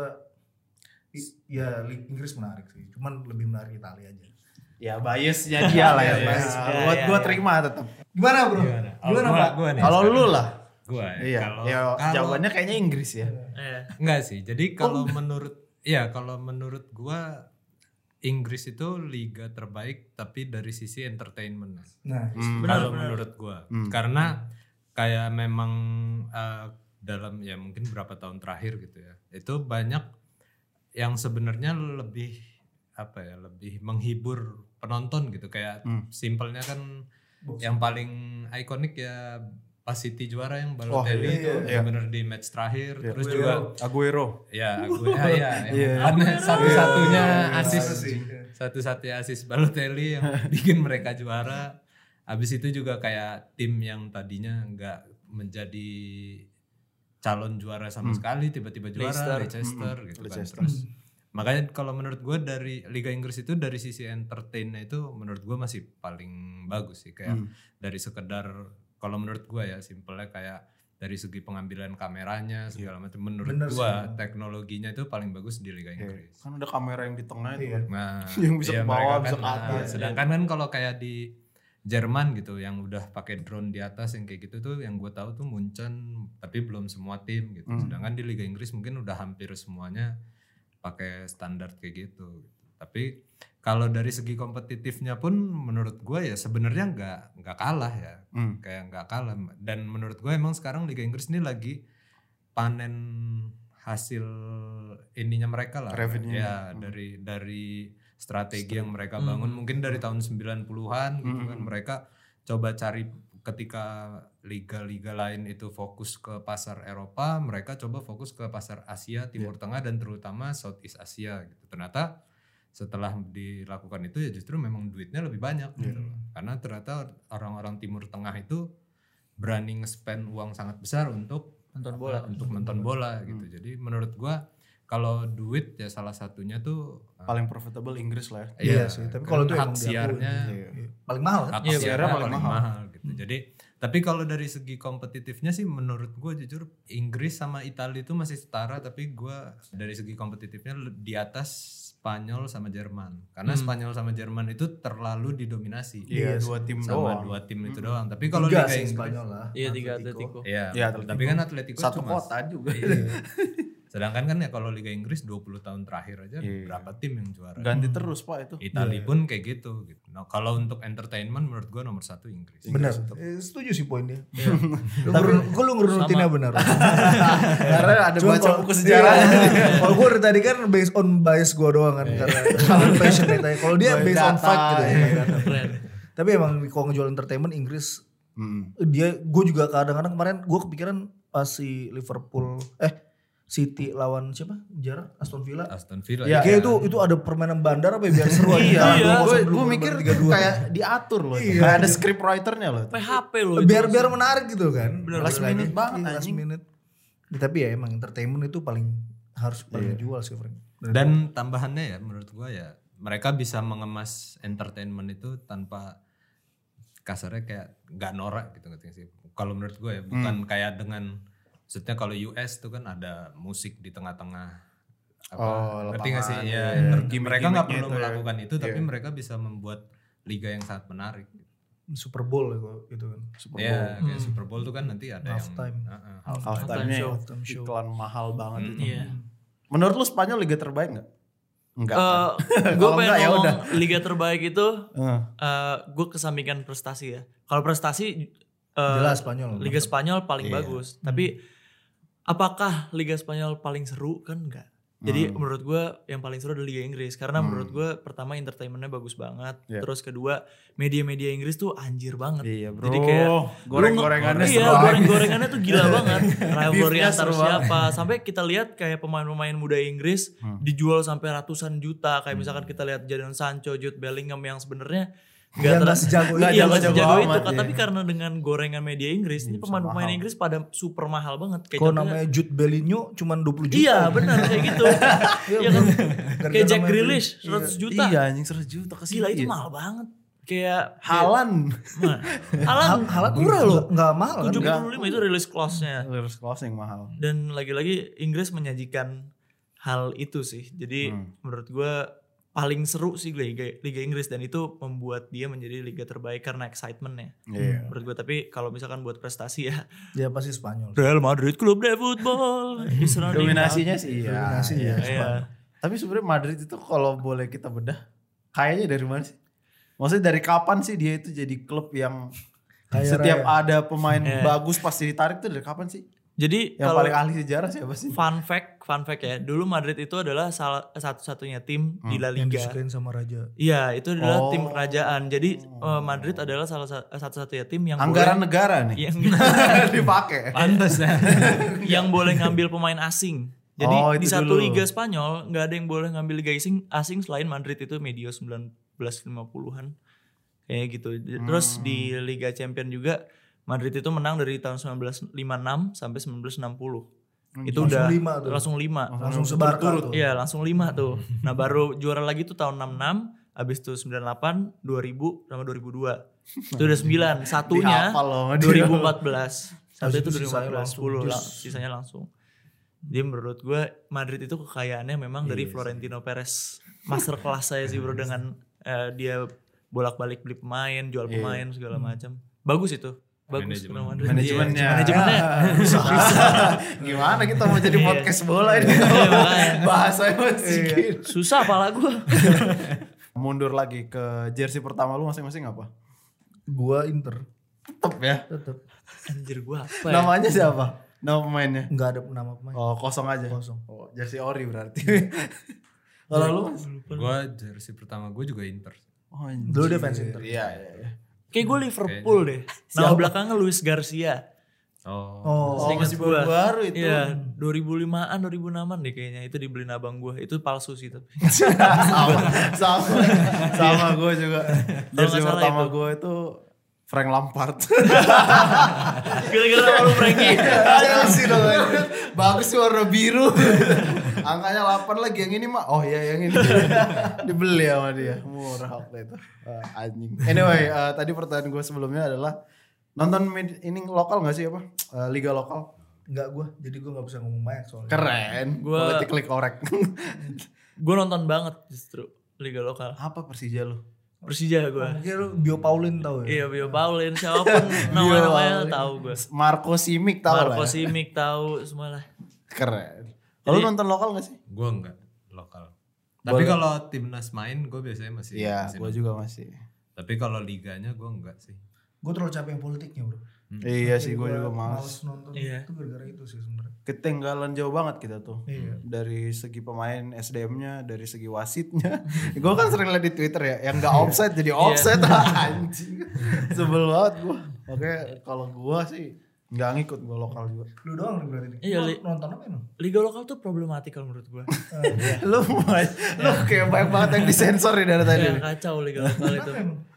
ya Inggris menarik sih. Cuman lebih menarik Italia aja. Ya biasnya dia lah ya. Bias. ya, Buat ya, gue ya. terima tetap. Gimana bro? Gimana, Gimana gua, Pak? Gua kalau lu lah. Gue. Iya. Kalau, ya, kalau, jawabannya kayaknya Inggris ya. Enggak sih. Jadi kalau oh. menurut ya kalau menurut gue Inggris itu liga terbaik tapi dari sisi entertainment. Nah, hmm, kalau menurut gue. Hmm. Karena kayak memang uh, dalam ya mungkin berapa tahun terakhir gitu ya. Itu banyak yang sebenarnya lebih apa ya lebih menghibur penonton gitu kayak hmm. simpelnya kan Box. Yang paling ikonik ya pas City juara yang Balotelli oh, iya, itu iya. benar di match terakhir iya. Terus Aguero. juga Aguero ya Aguero ya, ya, ya. satu-satunya asis satu-satunya asis Balotelli yang bikin mereka juara. Habis itu juga kayak tim yang tadinya nggak menjadi calon juara sama sekali tiba-tiba juara Leicester. Leicester gitu kan. Leicester. Terus makanya kalau menurut gue dari Liga Inggris itu dari sisi entertainnya itu menurut gue masih paling bagus sih kayak dari sekedar kalau menurut gue ya simpelnya kayak dari segi pengambilan kameranya segala macam menurut Bener gue sih. teknologinya itu paling bagus di Liga Inggris. Kan ada kamera yang di tengah itu. Iya. Nah, Yang bisa iya, ke bawah, mereka bisa kan, ke atas. nah, sedangkan kan kalau kayak di Jerman gitu yang udah pakai drone di atas yang kayak gitu tuh yang gue tahu tuh Munchen tapi belum semua tim gitu. Sedangkan di Liga Inggris mungkin udah hampir semuanya pakai standar kayak gitu. Tapi kalau dari segi kompetitifnya pun menurut gue ya sebenarnya nggak nggak kalah ya, Hmm. kayak nggak kalah. Dan menurut gue emang sekarang Liga Inggris ini lagi panen hasil ininya mereka lah, Revenue-nya. ya dari dari strategi yang mereka bangun mungkin dari tahun sembilan puluhan gitu kan mereka coba cari ketika liga-liga lain itu fokus ke pasar Eropa, mereka coba fokus ke pasar Asia, Timur Tengah dan terutama Southeast Asia gitu. Ternyata setelah dilakukan itu ya justru memang duitnya lebih banyak gitu loh. Karena ternyata orang-orang Timur Tengah itu berani nge-spend uang sangat besar untuk Nonton bola. untuk nonton bola gitu. Jadi menurut gua kalau duit ya salah satunya tuh Paling profitable Inggris lah ya. Iya ya, sih, tapi kan kalau itu hak emang diakui. siarnya Iya. Paling mahal kan? hak Iya, siarnya siarnya paling, paling mahal, mahal. gitu. Jadi tapi kalau dari segi kompetitifnya sih menurut gue jujur Inggris sama Italia itu masih setara tapi gue dari segi kompetitifnya le- di atas Spanyol sama Jerman. Karena Spanyol sama Jerman itu terlalu didominasi. Iya, dua tim sama doang. dua tim itu doang. Tapi kalau Tiga Liga sih Inggris Spanyol lah. Iya tiga Atletico. Iya, Iya, betul. Atletico. Tapi kan Atletico Satu cuma kota juga. Iya. Sedangkan kan ya kalau Liga Inggris dua puluh tahun terakhir aja Iya. berapa tim yang juara? Ganti terus Pak itu. Italia pun kayak gitu gitu. Nah, kalau untuk entertainment menurut gua nomor satu Inggris. Benar. Eh, setuju sih poinnya. Tapi gue lu ngerunutinnya benar. Karena ada Cuman baca kalau- buku sejarah. Iya. Kalau gue dari tadi kan based on bias gue doang kan karena kalau passion nya tadi. Kalau dia By based on data, fact gitu ya. iya. Keren. Tapi emang kalau ngejual entertainment Inggris Hmm. dia gue juga kadang-kadang kemarin gue kepikiran pas si Liverpool eh City lawan siapa? Jarak Aston Villa. Aston Villa. Ya, Kayak itu itu ada permainan bandar apa ya biar seru aja. Iya, Kalah iya. dua kosong gue belum gue mikir tiga dua. kayak diatur loh. itu. Iya. Kayak ada script writernya loh. P H P loh itu. biar biar menarik gitu kan. Bener, last Balik minute lagi. banget, Iya, last anjing. minute. Ya, tapi ya emang entertainment itu paling harus paling dijual sih Frank. Dan tambahannya ya menurut gua ya mereka bisa mengemas entertainment itu tanpa kasarnya kayak nggak norak gitu ngerti nggak sih. Kalau menurut gua ya bukan kayak dengan maksudnya kalau U S tuh kan ada musik di tengah-tengah apa Oh, ngerti nggak sih lapangan, ya, iya. ter- Gimmick-gimmicknya mereka nggak perlu itu ya. melakukan itu tapi Iya. mereka bisa membuat liga yang sangat menarik. Super Bowl ya kok, gitu kan. Super Ya kayak Super Bowl tuh kan nanti ada Halftime. yang uh-uh. Halftime-nya show. Halftime show. iklan mahal banget itu. Iya. Menurut lu Spanyol liga terbaik nggak? Enggak. Eh, gue Kalau pengen enggak, ya ngomong udah. liga terbaik itu Eh. gue kesampingkan prestasi ya. Kalau prestasi eh, Jelas Spanyol. Liga Spanyol paling Iya. bagus. Tapi apakah Liga Spanyol paling seru kan enggak? Jadi Hmm. menurut gue yang paling seru adalah Liga Inggris karena menurut gue pertama entertainmentnya bagus banget, Iya. terus kedua media-media Inggris tuh anjir banget. Iya, bro. Jadi kayak Goreng-gorengannya lu nge- iya, seru goreng-gorengannya tuh gila banget. Rivalry Beefnya antar seru banget. siapa sampai kita lihat kayak pemain-pemain muda Inggris dijual sampai ratusan juta kayak misalkan kita lihat Jadon Sancho, Jude Bellingham yang sebenarnya Yang ter- nggak sejago Iya, itu. nggak Jago sejago amat, itu. iya. Tapi karena dengan gorengan media Inggris, ini pemain-pemain mahal. Inggris pada super mahal banget. Kayak Kalau contohnya- namanya Jude Bellingham cuman dua puluh juta. Iya benar kayak gitu. Iya kan? Gara-gara Kayak Jack namanya Grealish Bellingham. seratus juta. Iya, anjing seratus juta ke Gila itu City. mahal banget. Kayak Halan. Mah, Halan Halan murah loh. Nggak- Nggak mahal kan. tujuh puluh lima itu release clause-nya. Lyrics closing mahal. Dan lagi-lagi Inggris menyajikan hal itu sih. Jadi Hmm. menurut gue paling seru sih Liga, Liga Inggris dan itu membuat dia menjadi liga terbaik karena excitementnya. Iya. Menurut gue tapi kalau misalkan buat prestasi ya Dia pasti Spanyol. Real Madrid Club de Football. is running Dominasinya out. sih iya. Dominasi iya. ya. Iya. Tapi sebenarnya Madrid itu kalau boleh kita bedah, kayaknya dari mana sih? Maksudnya dari kapan sih dia itu jadi klub yang Kaya setiap raya. ada pemain Iya. bagus pasti ditarik tuh dari kapan sih? Jadi Yang kalau paling ahli sejarah siapa sih? fun fact, fun fact ya. Dulu Madrid itu adalah salah satu-satunya tim di La Yang Liga. disukain sama Raja. Iya, itu adalah Oh. tim kerajaan. Jadi eh, Madrid adalah salah sa- satu-satunya tim yang Anggaran boleh, negara nih. yang dipakai. Pantes ya. yang boleh ngambil pemain asing. Jadi Oh, di itu satu dulu. liga Spanyol nggak ada yang boleh ngambil liga asing asing selain Madrid itu medio sembilan belas lima puluhan. Kayak gitu. Terus di Liga Champion juga Madrid itu menang dari tahun sembilan belas lima puluh enam sampai sembilan belas enam puluh. Itu Langsung udah lima tuh. langsung lima. Langsung sebar tuh. Iya langsung lima tuh. Nah baru juara lagi tuh tahun enam enam, abis itu sembilan delapan, dua ribu sama dua ribu dua. Itu udah sembilan. Satunya Dihafal loh sama dia. dua ribu empat belas. Satu Habis itu itu dua ribu empat sisanya belas, langsung. sepuluh Just. lah, sisanya langsung. Jadi menurut gue Madrid itu kekayaannya memang dari Florentino Perez. Master kelas saya sih bro dengan eh, dia bolak-balik beli pemain, jual pemain segala macam. Bagus itu. Bagus Manajemen. Real Madrid. Manajemennya. Iya, manajemennya. Bisa. Gimana kita mau jadi podcast bola ini? Iya, makanya. Bahasanya masih gitu. Susah pala gue. Mundur lagi ke jersey pertama lu masing-masing apa? Gua Inter. Tetep ya. Tetep. Anjir gue apa ya? Namanya siapa? Nama pemainnya? Enggak ada nama pemain. Oh kosong aja. Kosong. Oh, jersey ori berarti. Kalau lu? Gue jersey pertama gue juga Inter. Oh, Dulu dia fans Inter. Iya iya iya. Kayak gue Liverpool deh. Nama belakangnya Luis Garcia. Oh. Oh, Oh, Seingat masih gua. baru-baru itu. Iya, dua ribu limaan, dua ribu enaman deh kayaknya. Itu dibeliin abang gue. Itu palsu sih tapi. sama sama sama gue juga. Jersey nggak salah pertama itu. gue itu Frank Lampard. Gara-gara nama lu Frankie. Chelsea dong. Bagus sih warna biru. Angkanya delapan lagi yang ini mah. Oh iya yang ini. Dibeli sama dia. Murah waktu itu. Ah, anjing. Anyway, uh, tadi pertanyaan gue sebelumnya adalah nonton med- ini lokal gak sih apa? Uh, Liga lokal. enggak gua. Jadi gua enggak bisa ngomong banyak soalnya. Keren. Gua- Politically correct. Gue nonton banget justru Liga lokal. Apa Persija lu? Persija gue. Mungkin lu Bio Paulin tahu ya? Iya, Bio Paulin siapapun nama-namanya tahu gue. Marco Simic tau lah. Marco ya? Simic tahu semua lah. Keren. Kalau Jadi- nonton lokal gak sih? Gue enggak lokal. Tapi kalau timnas main gue biasanya masih. Iya, masih gue nonton. juga masih. Tapi kalau liganya gue enggak sih. Gue terlalu capek yang politiknya bro. Iya sih, gue Jadi juga gua males. nonton Iya. itu gara-gara itu sih sebenarnya. Ketinggalan jauh banget kita tuh. Iya. Dari segi pemain S D M-nya, dari segi wasitnya. Gue kan sering liat di Twitter ya, yang gak offside jadi offside. Anjing. Sebel banget gue. Oke, kalau gue sih gak ngikut gue lokal juga. Lu doang nih berarti. Iya, Lu Li. nonton apa emang? Liga lokal tuh problematikal menurut gue. lu lu kayak banyak banget yang disensor nih dari tadi. Iya, kacau Liga lokal itu.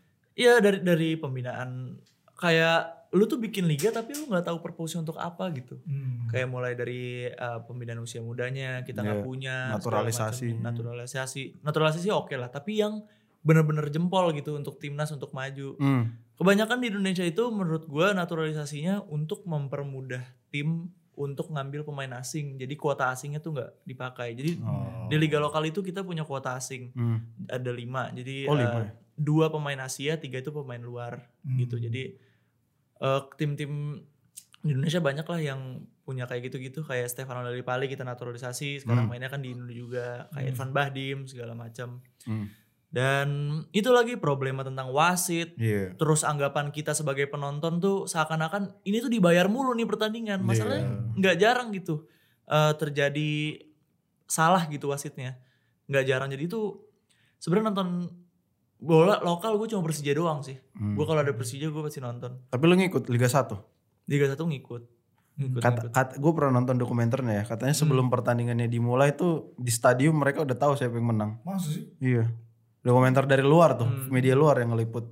Iya dari dari pembinaan kayak lu tuh bikin liga tapi lu nggak tahu purpose untuk apa gitu. Hmm. Kayak mulai dari uh, pembinaan usia mudanya kita nggak Iya, punya naturalisasi. segala macam. naturalisasi naturalisasi oke lah tapi yang bener-bener jempol gitu untuk timnas untuk maju. Hmm. Kebanyakan di Indonesia itu menurut gua naturalisasinya untuk mempermudah tim untuk ngambil pemain asing. Jadi kuota asingnya tuh nggak dipakai. Jadi Oh. di liga lokal itu kita punya kuota asing Hmm. ada lima. Jadi Oh, uh, lima ya? dua pemain Asia, tiga itu pemain luar gitu. Jadi uh, tim-tim di Indonesia banyak lah yang punya kayak gitu-gitu. Kayak Stefano Lillipali kita naturalisasi. Sekarang Hmm. mainnya kan di Indo juga. Kayak Irfan Bahdim segala macam. Hmm. Dan itu lagi problema tentang wasit. Iya. Terus anggapan kita sebagai penonton tuh seakan-akan ini tuh dibayar mulu nih pertandingan. Masalahnya nggak jarang gitu uh, terjadi salah gitu wasitnya. Nggak jarang. Jadi itu sebenarnya nonton bola lokal gue cuma Persija doang sih. Hmm. Gue kalau ada Persija gue pasti nonton. Tapi lu ngikut Liga satu? Liga satu ngikut. Ngikut, Kata, ngikut. kata, gue pernah nonton dokumenternya ya. Katanya sebelum pertandingannya dimulai tuh di stadium mereka udah tahu siapa yang menang. Masa sih? Iya. Dokumenter dari luar tuh, Hmm. media luar yang ngeliput.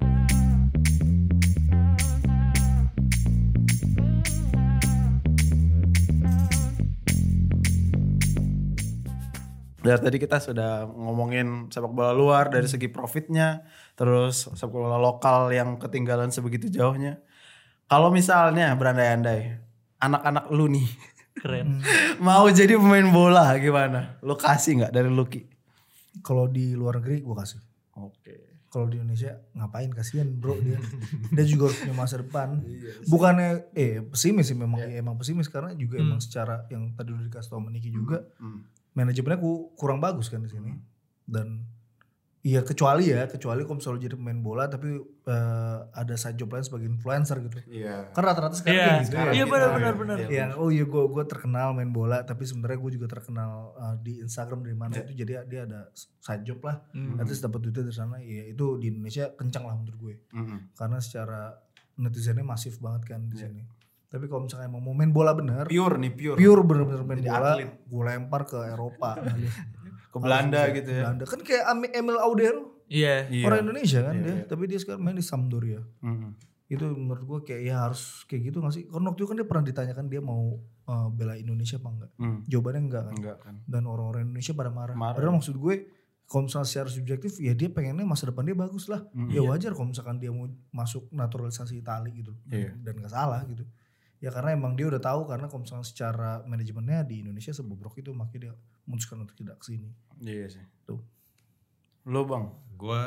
Dari tadi kita sudah ngomongin sepak bola luar dari segi profitnya, terus sepak bola lokal yang ketinggalan sebegitu jauhnya. Kalau misalnya berandai-andai, anak-anak lu nih Keren. mau jadi pemain bola gimana? Lu kasih nggak dari Lucky? Kalau di luar negeri gue kasih. Oke. Kalau di Indonesia ngapain, kasihan bro dia. Dia juga harus punya masa depan. Bukannya eh pesimis sih memang ya, emang pesimis karena juga emang secara yang tadi udah dikasih tau sama Niki juga manajemennya ku, kurang bagus kan di sini. Dan iya kecuali ya, kecuali kalau misalnya jadi pemain bola tapi eh, ada side job lain sebagai influencer gitu. Iya. Kan rata-rata sekarang Iya, kayak gitu. iya ya. benar-benar benar. Yang oh iya gue gue terkenal main bola tapi sebenarnya gue juga terkenal uh, di Instagram dari mana itu jadi dia ada side job lah, at least dapat duitnya dari sana. Ya itu di Indonesia kencang lah menurut gue karena secara netizennya masif banget kan di sini. Tapi kalau misalnya emang mau main bola bener, Pure nih, pure. pure bener-bener main Jadi bola, atlet. gue lempar ke Eropa, Ke Belanda gitu ya. Belanda kan kayak Ami- Emil Audero Iya. Iya. orang Indonesia kan Iya, dia, iya. tapi dia sekarang main di Sampdoria. Mm. Itu menurut gue kayak ya harus kayak gitu gak sih? Karena waktu itu kan dia pernah ditanyakan dia mau uh, bela Indonesia apa enggak. Hmm. Jawabannya enggak kan. Enggak kan. Dan orang-orang Indonesia pada marah. Marah. Padahal maksud gue kalau misalnya secara subjektif ya dia pengennya masa depan dia bagus lah. Hmm. Ya wajar kalau misalkan dia mau masuk naturalisasi Itali gitu. Iya. Dan gak salah gitu. Ya karena emang dia udah tahu karena kalau misalnya secara manajemennya di Indonesia sebobrok itu makanya dia memutuskan untuk tidak kesini. Iya sih. Tuh. Lo bang? Gue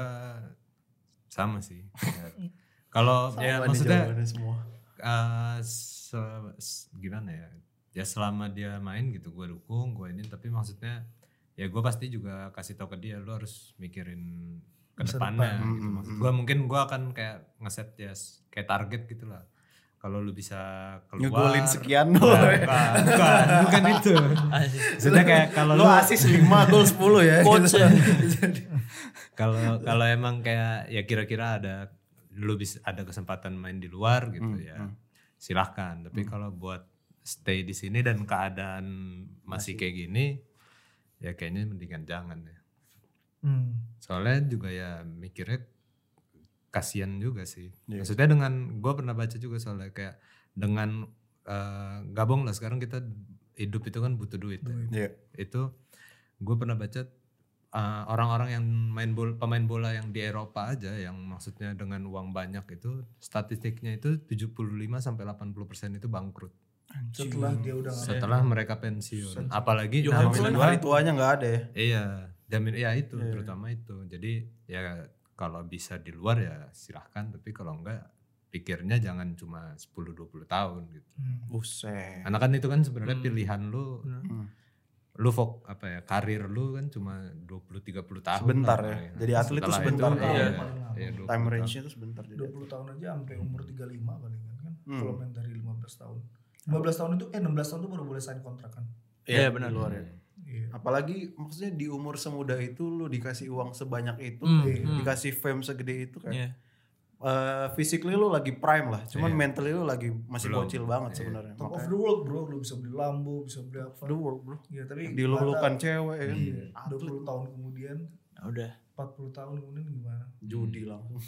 sama sih. Ya. Kalau ya Sama nih maksudnya jawabannya semua. uh, se- se- gimana ya? Ya selama dia main gitu gue dukung, gue ini. Tapi maksudnya ya gue pasti juga kasih tau ke dia lo harus mikirin ke Masa depannya depan. gitu. Maksud gue mungkin gue akan kayak ngeset ya kayak target gitu lah. Kalau lu bisa keluar, Ngegolin sekian bukan, lo. bukan, bukan, bukan itu. Maksudnya kayak kalau Lo lu asis lima gol sepuluh ya. Coach ya. kalau kalau emang kayak ya kira-kira ada lu bisa ada kesempatan main di luar gitu Hmm, ya silahkan. Tapi kalau buat stay di sini dan keadaan masih kayak gini ya kayaknya mendingan jangan ya. Hmm. Soalnya juga ya mikirnya kasihan juga sih. Iya. Maksudnya dengan gue pernah baca juga soalnya kayak dengan uh, gabung lah sekarang kita hidup itu kan butuh duit. ya. Iya. Itu gue pernah baca uh, orang-orang yang main bola, pemain bola yang di Eropa aja yang maksudnya dengan uang banyak itu statistiknya itu tujuh puluh lima sampai delapan puluh persen itu bangkrut Setelah dia udah nggak setelah mereka pensiun. Apalagi Johan nah, Cruyff maksud Hari gua- tuanya nggak ada ya. iya, jamin ya itu Iya. terutama itu. Jadi ya kalau bisa di luar ya silahkan, tapi kalau enggak pikirnya jangan cuma sepuluh dua puluh tahun gitu. Buset. Karena kan itu kan sebenarnya pilihan lu Hmm. lu fok apa ya karir lu kan cuma dua puluh tiga puluh tahun Sebentar lah ya. paling. Jadi atlet tuh Setelah sebentar itu, tau. iya, Paling lama. iya, dua puluh Time tahun. range-nya tuh sebentar jadi. dua puluh tahun aja sampai umur tiga puluh lima paling kan. Hmm. Kalau main dari lima belas tahun. lima belas tahun itu eh enam belas tahun tuh baru boleh sign kontrak kan. Iya, Di benar. luar ya. Iya. Apalagi maksudnya di umur semuda itu lu dikasih uang sebanyak itu, Hmm, eh, hmm. dikasih fame segede itu kan. Iya. Eh, physically lu lagi prime lah, cuman Iya. mentally lu lagi masih Belum. bocil banget Iya. sebenarnya. Top of Makanya the world bro, lu bisa beli Lambo, bisa beli apa. the world bro. Iya, tapi Dilulukan mata- cewek ya kan. Iya, dua puluh tahun kemudian, Ya udah. empat puluh tahun kemudian gimana? Judi langsung.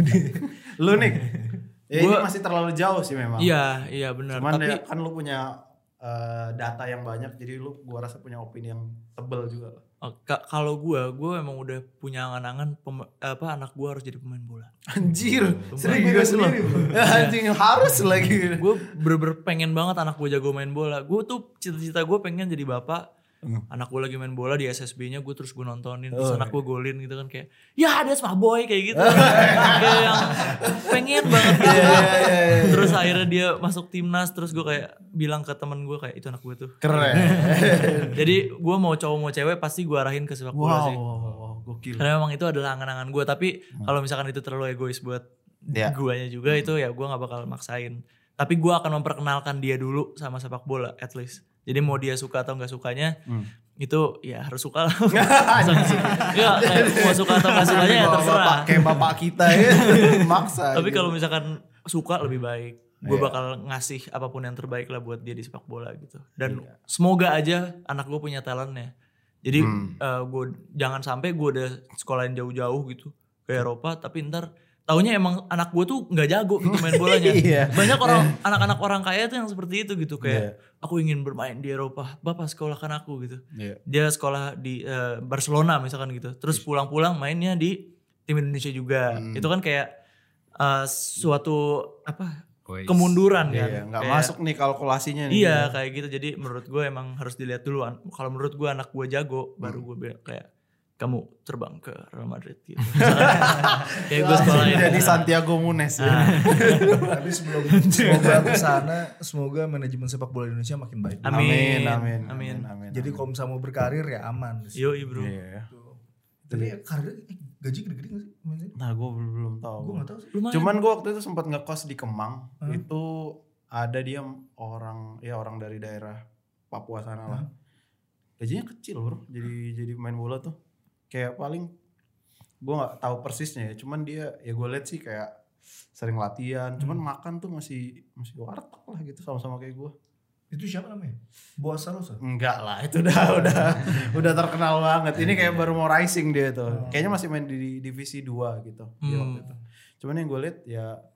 Lu nih. Ya ini Gua- masih terlalu jauh sih memang. Iya, iya benar. Cuman Tapi ya, kan lu punya eh, data yang banyak, jadi lu gua rasa punya opini yang tebel juga. oh, ka- kalau gue, gue emang udah punya angan-angan pem- apa anak gue harus jadi pemain bola. Anjir, Serius serius lu. sendiri, bro. Anjing harus lagi. Gue bener-bener pengen banget anak gue jago main bola. Gue tuh cita-cita gue pengen jadi bapak. Anak gue lagi main bola di S S B-nya, gue terus gue nontonin, terus Oh, anak gue golin gitu kan kayak, ya that's my boy kayak gitu. Kayak yang pengen banget gitu. Terus akhirnya dia masuk timnas, terus gue kayak bilang ke temen gue kayak itu anak gue tuh. Keren. Jadi gue mau cowok mau cewek pasti gue arahin ke sepak bola Wow, sih. wow, wow, gokil. Karena memang itu adalah angan-angan gue. Tapi kalau misalkan itu terlalu egois buat Ya. guanya juga itu ya gue gak bakal maksain. Tapi gue akan memperkenalkan dia dulu sama sepak bola at least. Jadi mau dia suka atau gak sukanya itu ya harus suka lah. Ya kayak mau suka atau gak sukanya ya terserah. Bapak, kayak bapak kita ya. Maksa. Tapi gitu. kalau misalkan suka lebih baik. Gue Iya. bakal ngasih apapun yang terbaik lah buat dia di sepak bola gitu. Dan semoga aja anak gue punya talentnya. Jadi eh, gue jangan sampai gue udah sekolahin jauh-jauh gitu ke Eropa, tapi ntar taunya emang anak gue tuh nggak jago gitu main bolanya. Iya. Banyak orang anak-anak orang kaya tuh yang seperti itu gitu kayak Iya. aku ingin bermain di Eropa, bapak sekolahkan aku gitu. Iya. Dia sekolah di eh, Barcelona misalkan gitu, terus pulang-pulang mainnya di tim Indonesia juga. Hmm. Itu kan kayak eh, suatu apa Wais. kemunduran kan. Iya, nggak Kayak- masuk nih kalkulasinya nih. Iya kayak gitu. Jadi menurut gue emang harus dilihat dulu. An- Kalau menurut gue anak gue jago, baru gue bilang kayak kamu terbang ke Real Madrid gitu. Kayak gue sekolahin. Jadi Santiago Munes ya. Tapi sebelum semoga ke sana, semoga manajemen sepak bola Indonesia makin baik. Amin. Amin. Amin. Amin. Jadi kalau misalnya mau berkarir ya aman. Yoi bro. Iya. Tapi ya, karir eh, gaji gede-gede gak sih? Maksudnya? Nah, gue belum tahu. Gue gak tahu sih. Lumayan. Cuman gue waktu itu sempat ngekos di Kemang. Hmm. Itu ada dia orang, ya orang dari daerah Papua sana lah. Gajinya kecil bro. Jadi jadi main bola tuh kayak paling gue nggak tahu persisnya ya. Cuman dia ya gue liat sih kayak sering latihan. Cuman makan tuh masih masih warteg lah gitu sama-sama kayak gue. Itu siapa namanya? Boas Salosa? Enggak lah, itu udah udah udah terkenal banget. Ini kayak baru mau rising dia tuh. Kayaknya masih main di divisi dua gitu dia Hmm. waktu itu. Cuman yang gue liat ya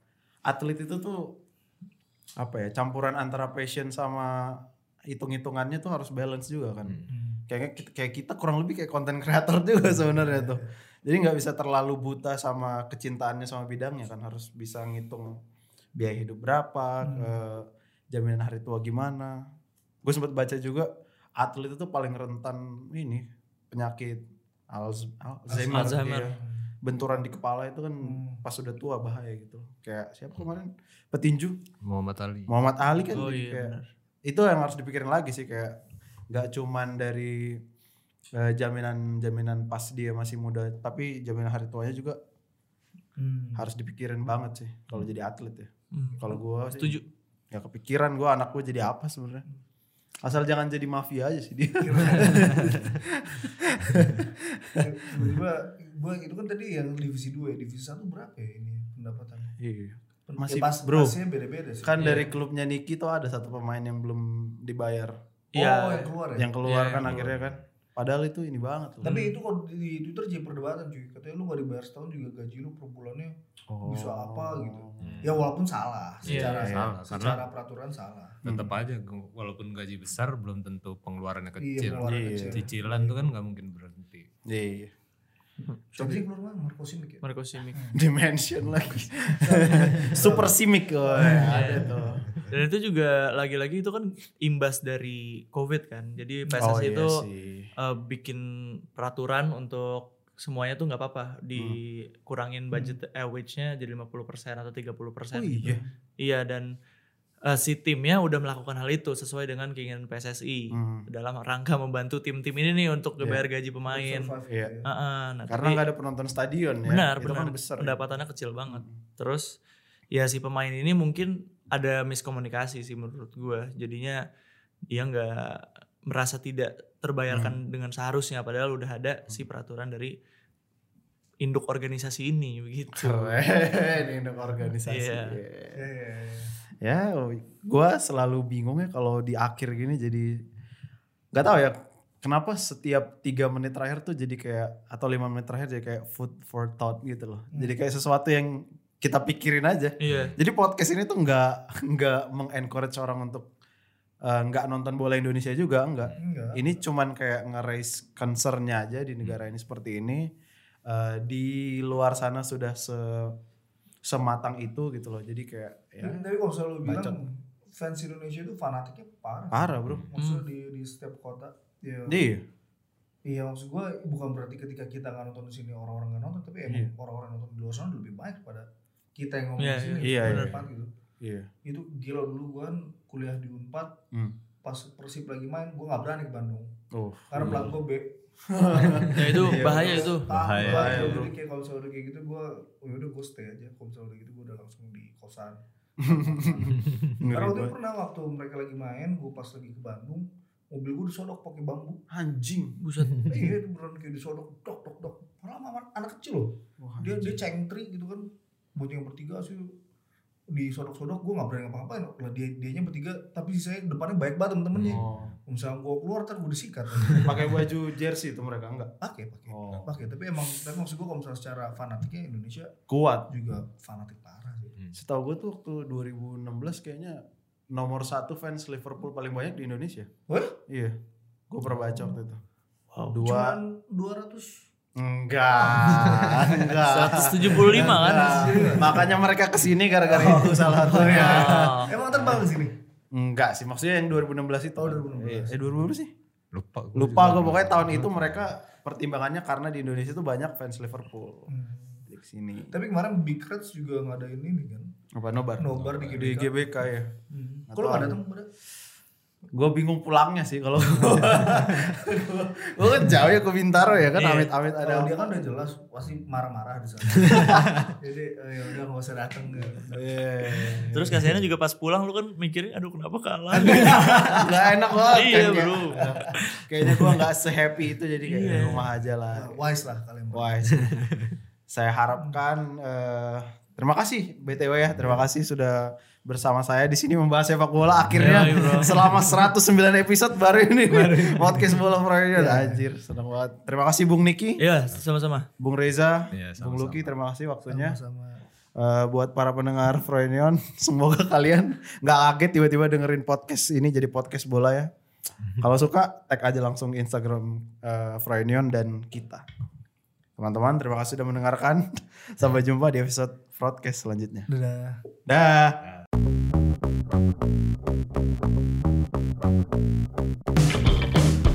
atlet itu tuh apa ya, campuran antara passion sama hitung-hitungannya tuh harus balance juga kan. Hmm. Kayak kayak kita kurang lebih kayak content creator juga sebenarnya tuh. Jadi nggak bisa terlalu buta sama kecintaannya sama bidangnya kan, harus bisa ngitung biaya hidup berapa, hmm. ke jaminan hari tua gimana. Gue sempat baca juga atlet itu paling rentan ini penyakit Alzheimer. Alzheimer. Ya. Benturan di kepala itu kan hmm. pas udah tua bahaya gitu. Kayak siapa kemarin petinju Muhammad Ali. Muhammad Ali kan oh, jadi iya, kayak benar. Itu yang harus dipikirin lagi sih, kayak nggak cuman dari uh, jaminan jaminan pas dia masih muda, tapi jaminan hari tuanya juga hmm. harus dipikirin banget sih kalau hmm. jadi atlet ya. Hmm. Kalau gue setuju. Ya kepikiran gue anak gue jadi apa sebenarnya. Asal jangan jadi mafia aja sih dia. Gue gue itu kan tadi yang divisi dua, divisi satu berapa ya ini pendapatannya? Iya. Masih ya pas, bro. Beda-beda sih. Kan iya. dari klubnya Niki tuh ada satu pemain yang belum dibayar. Oh, yang keluar ya? Yang keluar ya, kan yang akhirnya keluar. kan. Padahal itu ini banget loh. Tapi itu kalau di Twitter jadi perdebatan cuy. Katanya lu gak dibayar setahun juga gaji lu per bulannya oh. bisa apa gitu. Hmm. Ya walaupun salah secara yeah, salah, yeah. secara peraturan salah. Tetap hmm. aja walaupun gaji besar belum tentu pengeluarannya kecil. Iya, pengeluaran yeah. kecil. Cicilan tuh kan gak mungkin berhenti. Iya. Yeah. Siapa sih keluar mana? Marco Simic ya? Marco Simic. Dimension lagi. Super Simic oh, ya, ada tuh. Dan itu juga lagi-lagi itu kan imbas dari Covid kan. Jadi P S S I oh, itu iya uh, bikin peraturan untuk semuanya tuh nggak apa-apa dikurangin budget hmm. eh, wage-nya jadi lima puluh persen atau tiga puluh persen. Oh gitu. iya. Iya dan uh, si timnya udah melakukan hal itu sesuai dengan keinginan P S S I hmm. dalam rangka membantu tim-tim ini nih untuk yeah. bayar gaji pemain. Yeah. Uh, uh, nah, karena nggak ada penonton stadion ya. Benar, itu benar. Kan besar, pendapatannya ya. kecil banget. Hmm. Terus ya si pemain ini mungkin ada miskomunikasi sih menurut gue. Jadinya dia nggak merasa tidak terbayarkan hmm. dengan seharusnya. Padahal udah ada hmm. si peraturan dari induk organisasi ini begitu. Keren induk organisasi. Iya. Yeah. Ya, gue selalu bingung ya kalau di akhir gini jadi nggak tahu ya kenapa setiap tiga menit terakhir tuh jadi kayak atau lima menit terakhir jadi kayak food for thought gitu loh. Hmm. Jadi kayak sesuatu yang kita pikirin aja. Iya. Jadi podcast ini tuh nggak nggak mengencourage orang untuk nggak uh, nonton bola Indonesia juga enggak. Enggak. Ini cuman kayak nge-raise concern-nya aja di negara ini seperti ini. Uh, di luar sana sudah se sematang itu gitu loh. Jadi kayak ya. Tapi kalau selalu bilang fans Indonesia itu fanatiknya parah. Parah, Bro. Maksudnya hmm. di di setiap kota. Ya. Iya. Iya maksud gue bukan berarti ketika kita nggak nonton di sini orang-orang nggak nonton, tapi emang iya. orang-orang nonton di luar sana lebih banyak pada kita yang ngomong yeah, di sini. Iya, iya. Gitu. Iya. Itu gila dulu gue kan kuliah di Unpad. Hmm. Pas Persib lagi main, gue nggak berani ke Bandung. Oh. Karena pelat gue B. Ya itu bahaya itu. Bahaya. bahaya jadi kayak kalau misalnya udah kayak gitu gue, oh yaudah gue stay aja. Kalau misalnya udah gitu gue udah langsung di kosan. Karena waktu itu pernah waktu mereka lagi main, gue pas lagi ke Bandung, mobil gue disodok pakai bambu. Anjing. Buset. Iya itu beneran kayak disodok, dok dok dok. Malah anak kecil loh. Wah, dia dia cengtri gitu kan. Buat yang bertiga sih disodok-sodok, gue nggak berani ngapa-ngapain. Lah dia dianya bertiga, tapi saya depannya baik banget temen-temennya. Oh. Misalnya gue keluar ntar gue disikat. Pakai baju jersey itu mereka enggak? Pakai, pakai, oh. pakai. Tapi emang, tapi maksud gue kalau misalnya secara fanatiknya Indonesia kuat juga fanatik parah sih. Hmm. Setahu gue tuh waktu dua ribu enam belas kayaknya nomor satu fans Liverpool paling banyak di Indonesia. Wah? Iya, gue pernah baca waktu itu. Wow. Dua. Cuman dua ratus. Enggak, enggak. seratus tujuh puluh lima kan. Makanya mereka kesini gara-gara itu salah satunya. Oh. Emang terbang kesini? Enggak sih, maksudnya yang dua ribu enam belas itu. Oh, dua ribu enam belas. Eh, dua ribu enam belas sih? Lupa. Lupa gue pokoknya tahun itu mereka pertimbangannya karena di Indonesia tuh banyak fans Liverpool. Hmm. Di sini. Tapi kemarin Big Reds juga ngadain ini kan. Apa nobar? Nobar di G B K. Di G B K ya. Hmm. Kalau enggak datang pada gue bingung pulangnya sih kalau gue kan jauh ya ke Bintaro ya kan yeah. amit-amit ada. Kalau dia kan udah jelas pasti marah-marah di sana. Jadi ya udah nggak usah datang gitu. Yeah. Terus kasihannya juga pas pulang lu kan mikirin aduh kenapa kalah. Gak enak banget. Iya bro. Kayaknya gue nggak se-happy itu jadi kayak yeah. di rumah aja lah. Nah, wise lah kalian. Wise. Saya harapkan uh, terima kasih B T W ya terima kasih sudah bersama saya di sini membahas sepak bola akhirnya ya, selama seratus sembilan episode baru ini podcast bola Friday. Anjir senang banget. Terima kasih Bung Niki. Iya sama-sama. Bung Reza, ya, Bung Luki terima kasih waktunya. Sama-sama. Uh, buat para pendengar Froynion, semoga kalian nggak kaget tiba-tiba dengerin podcast ini jadi podcast bola ya. Kalau suka tag aja langsung Instagram uh, Froynion dan kita. Teman-teman terima kasih sudah mendengarkan. Sampai jumpa di episode podcast selanjutnya. Dadah. Dah.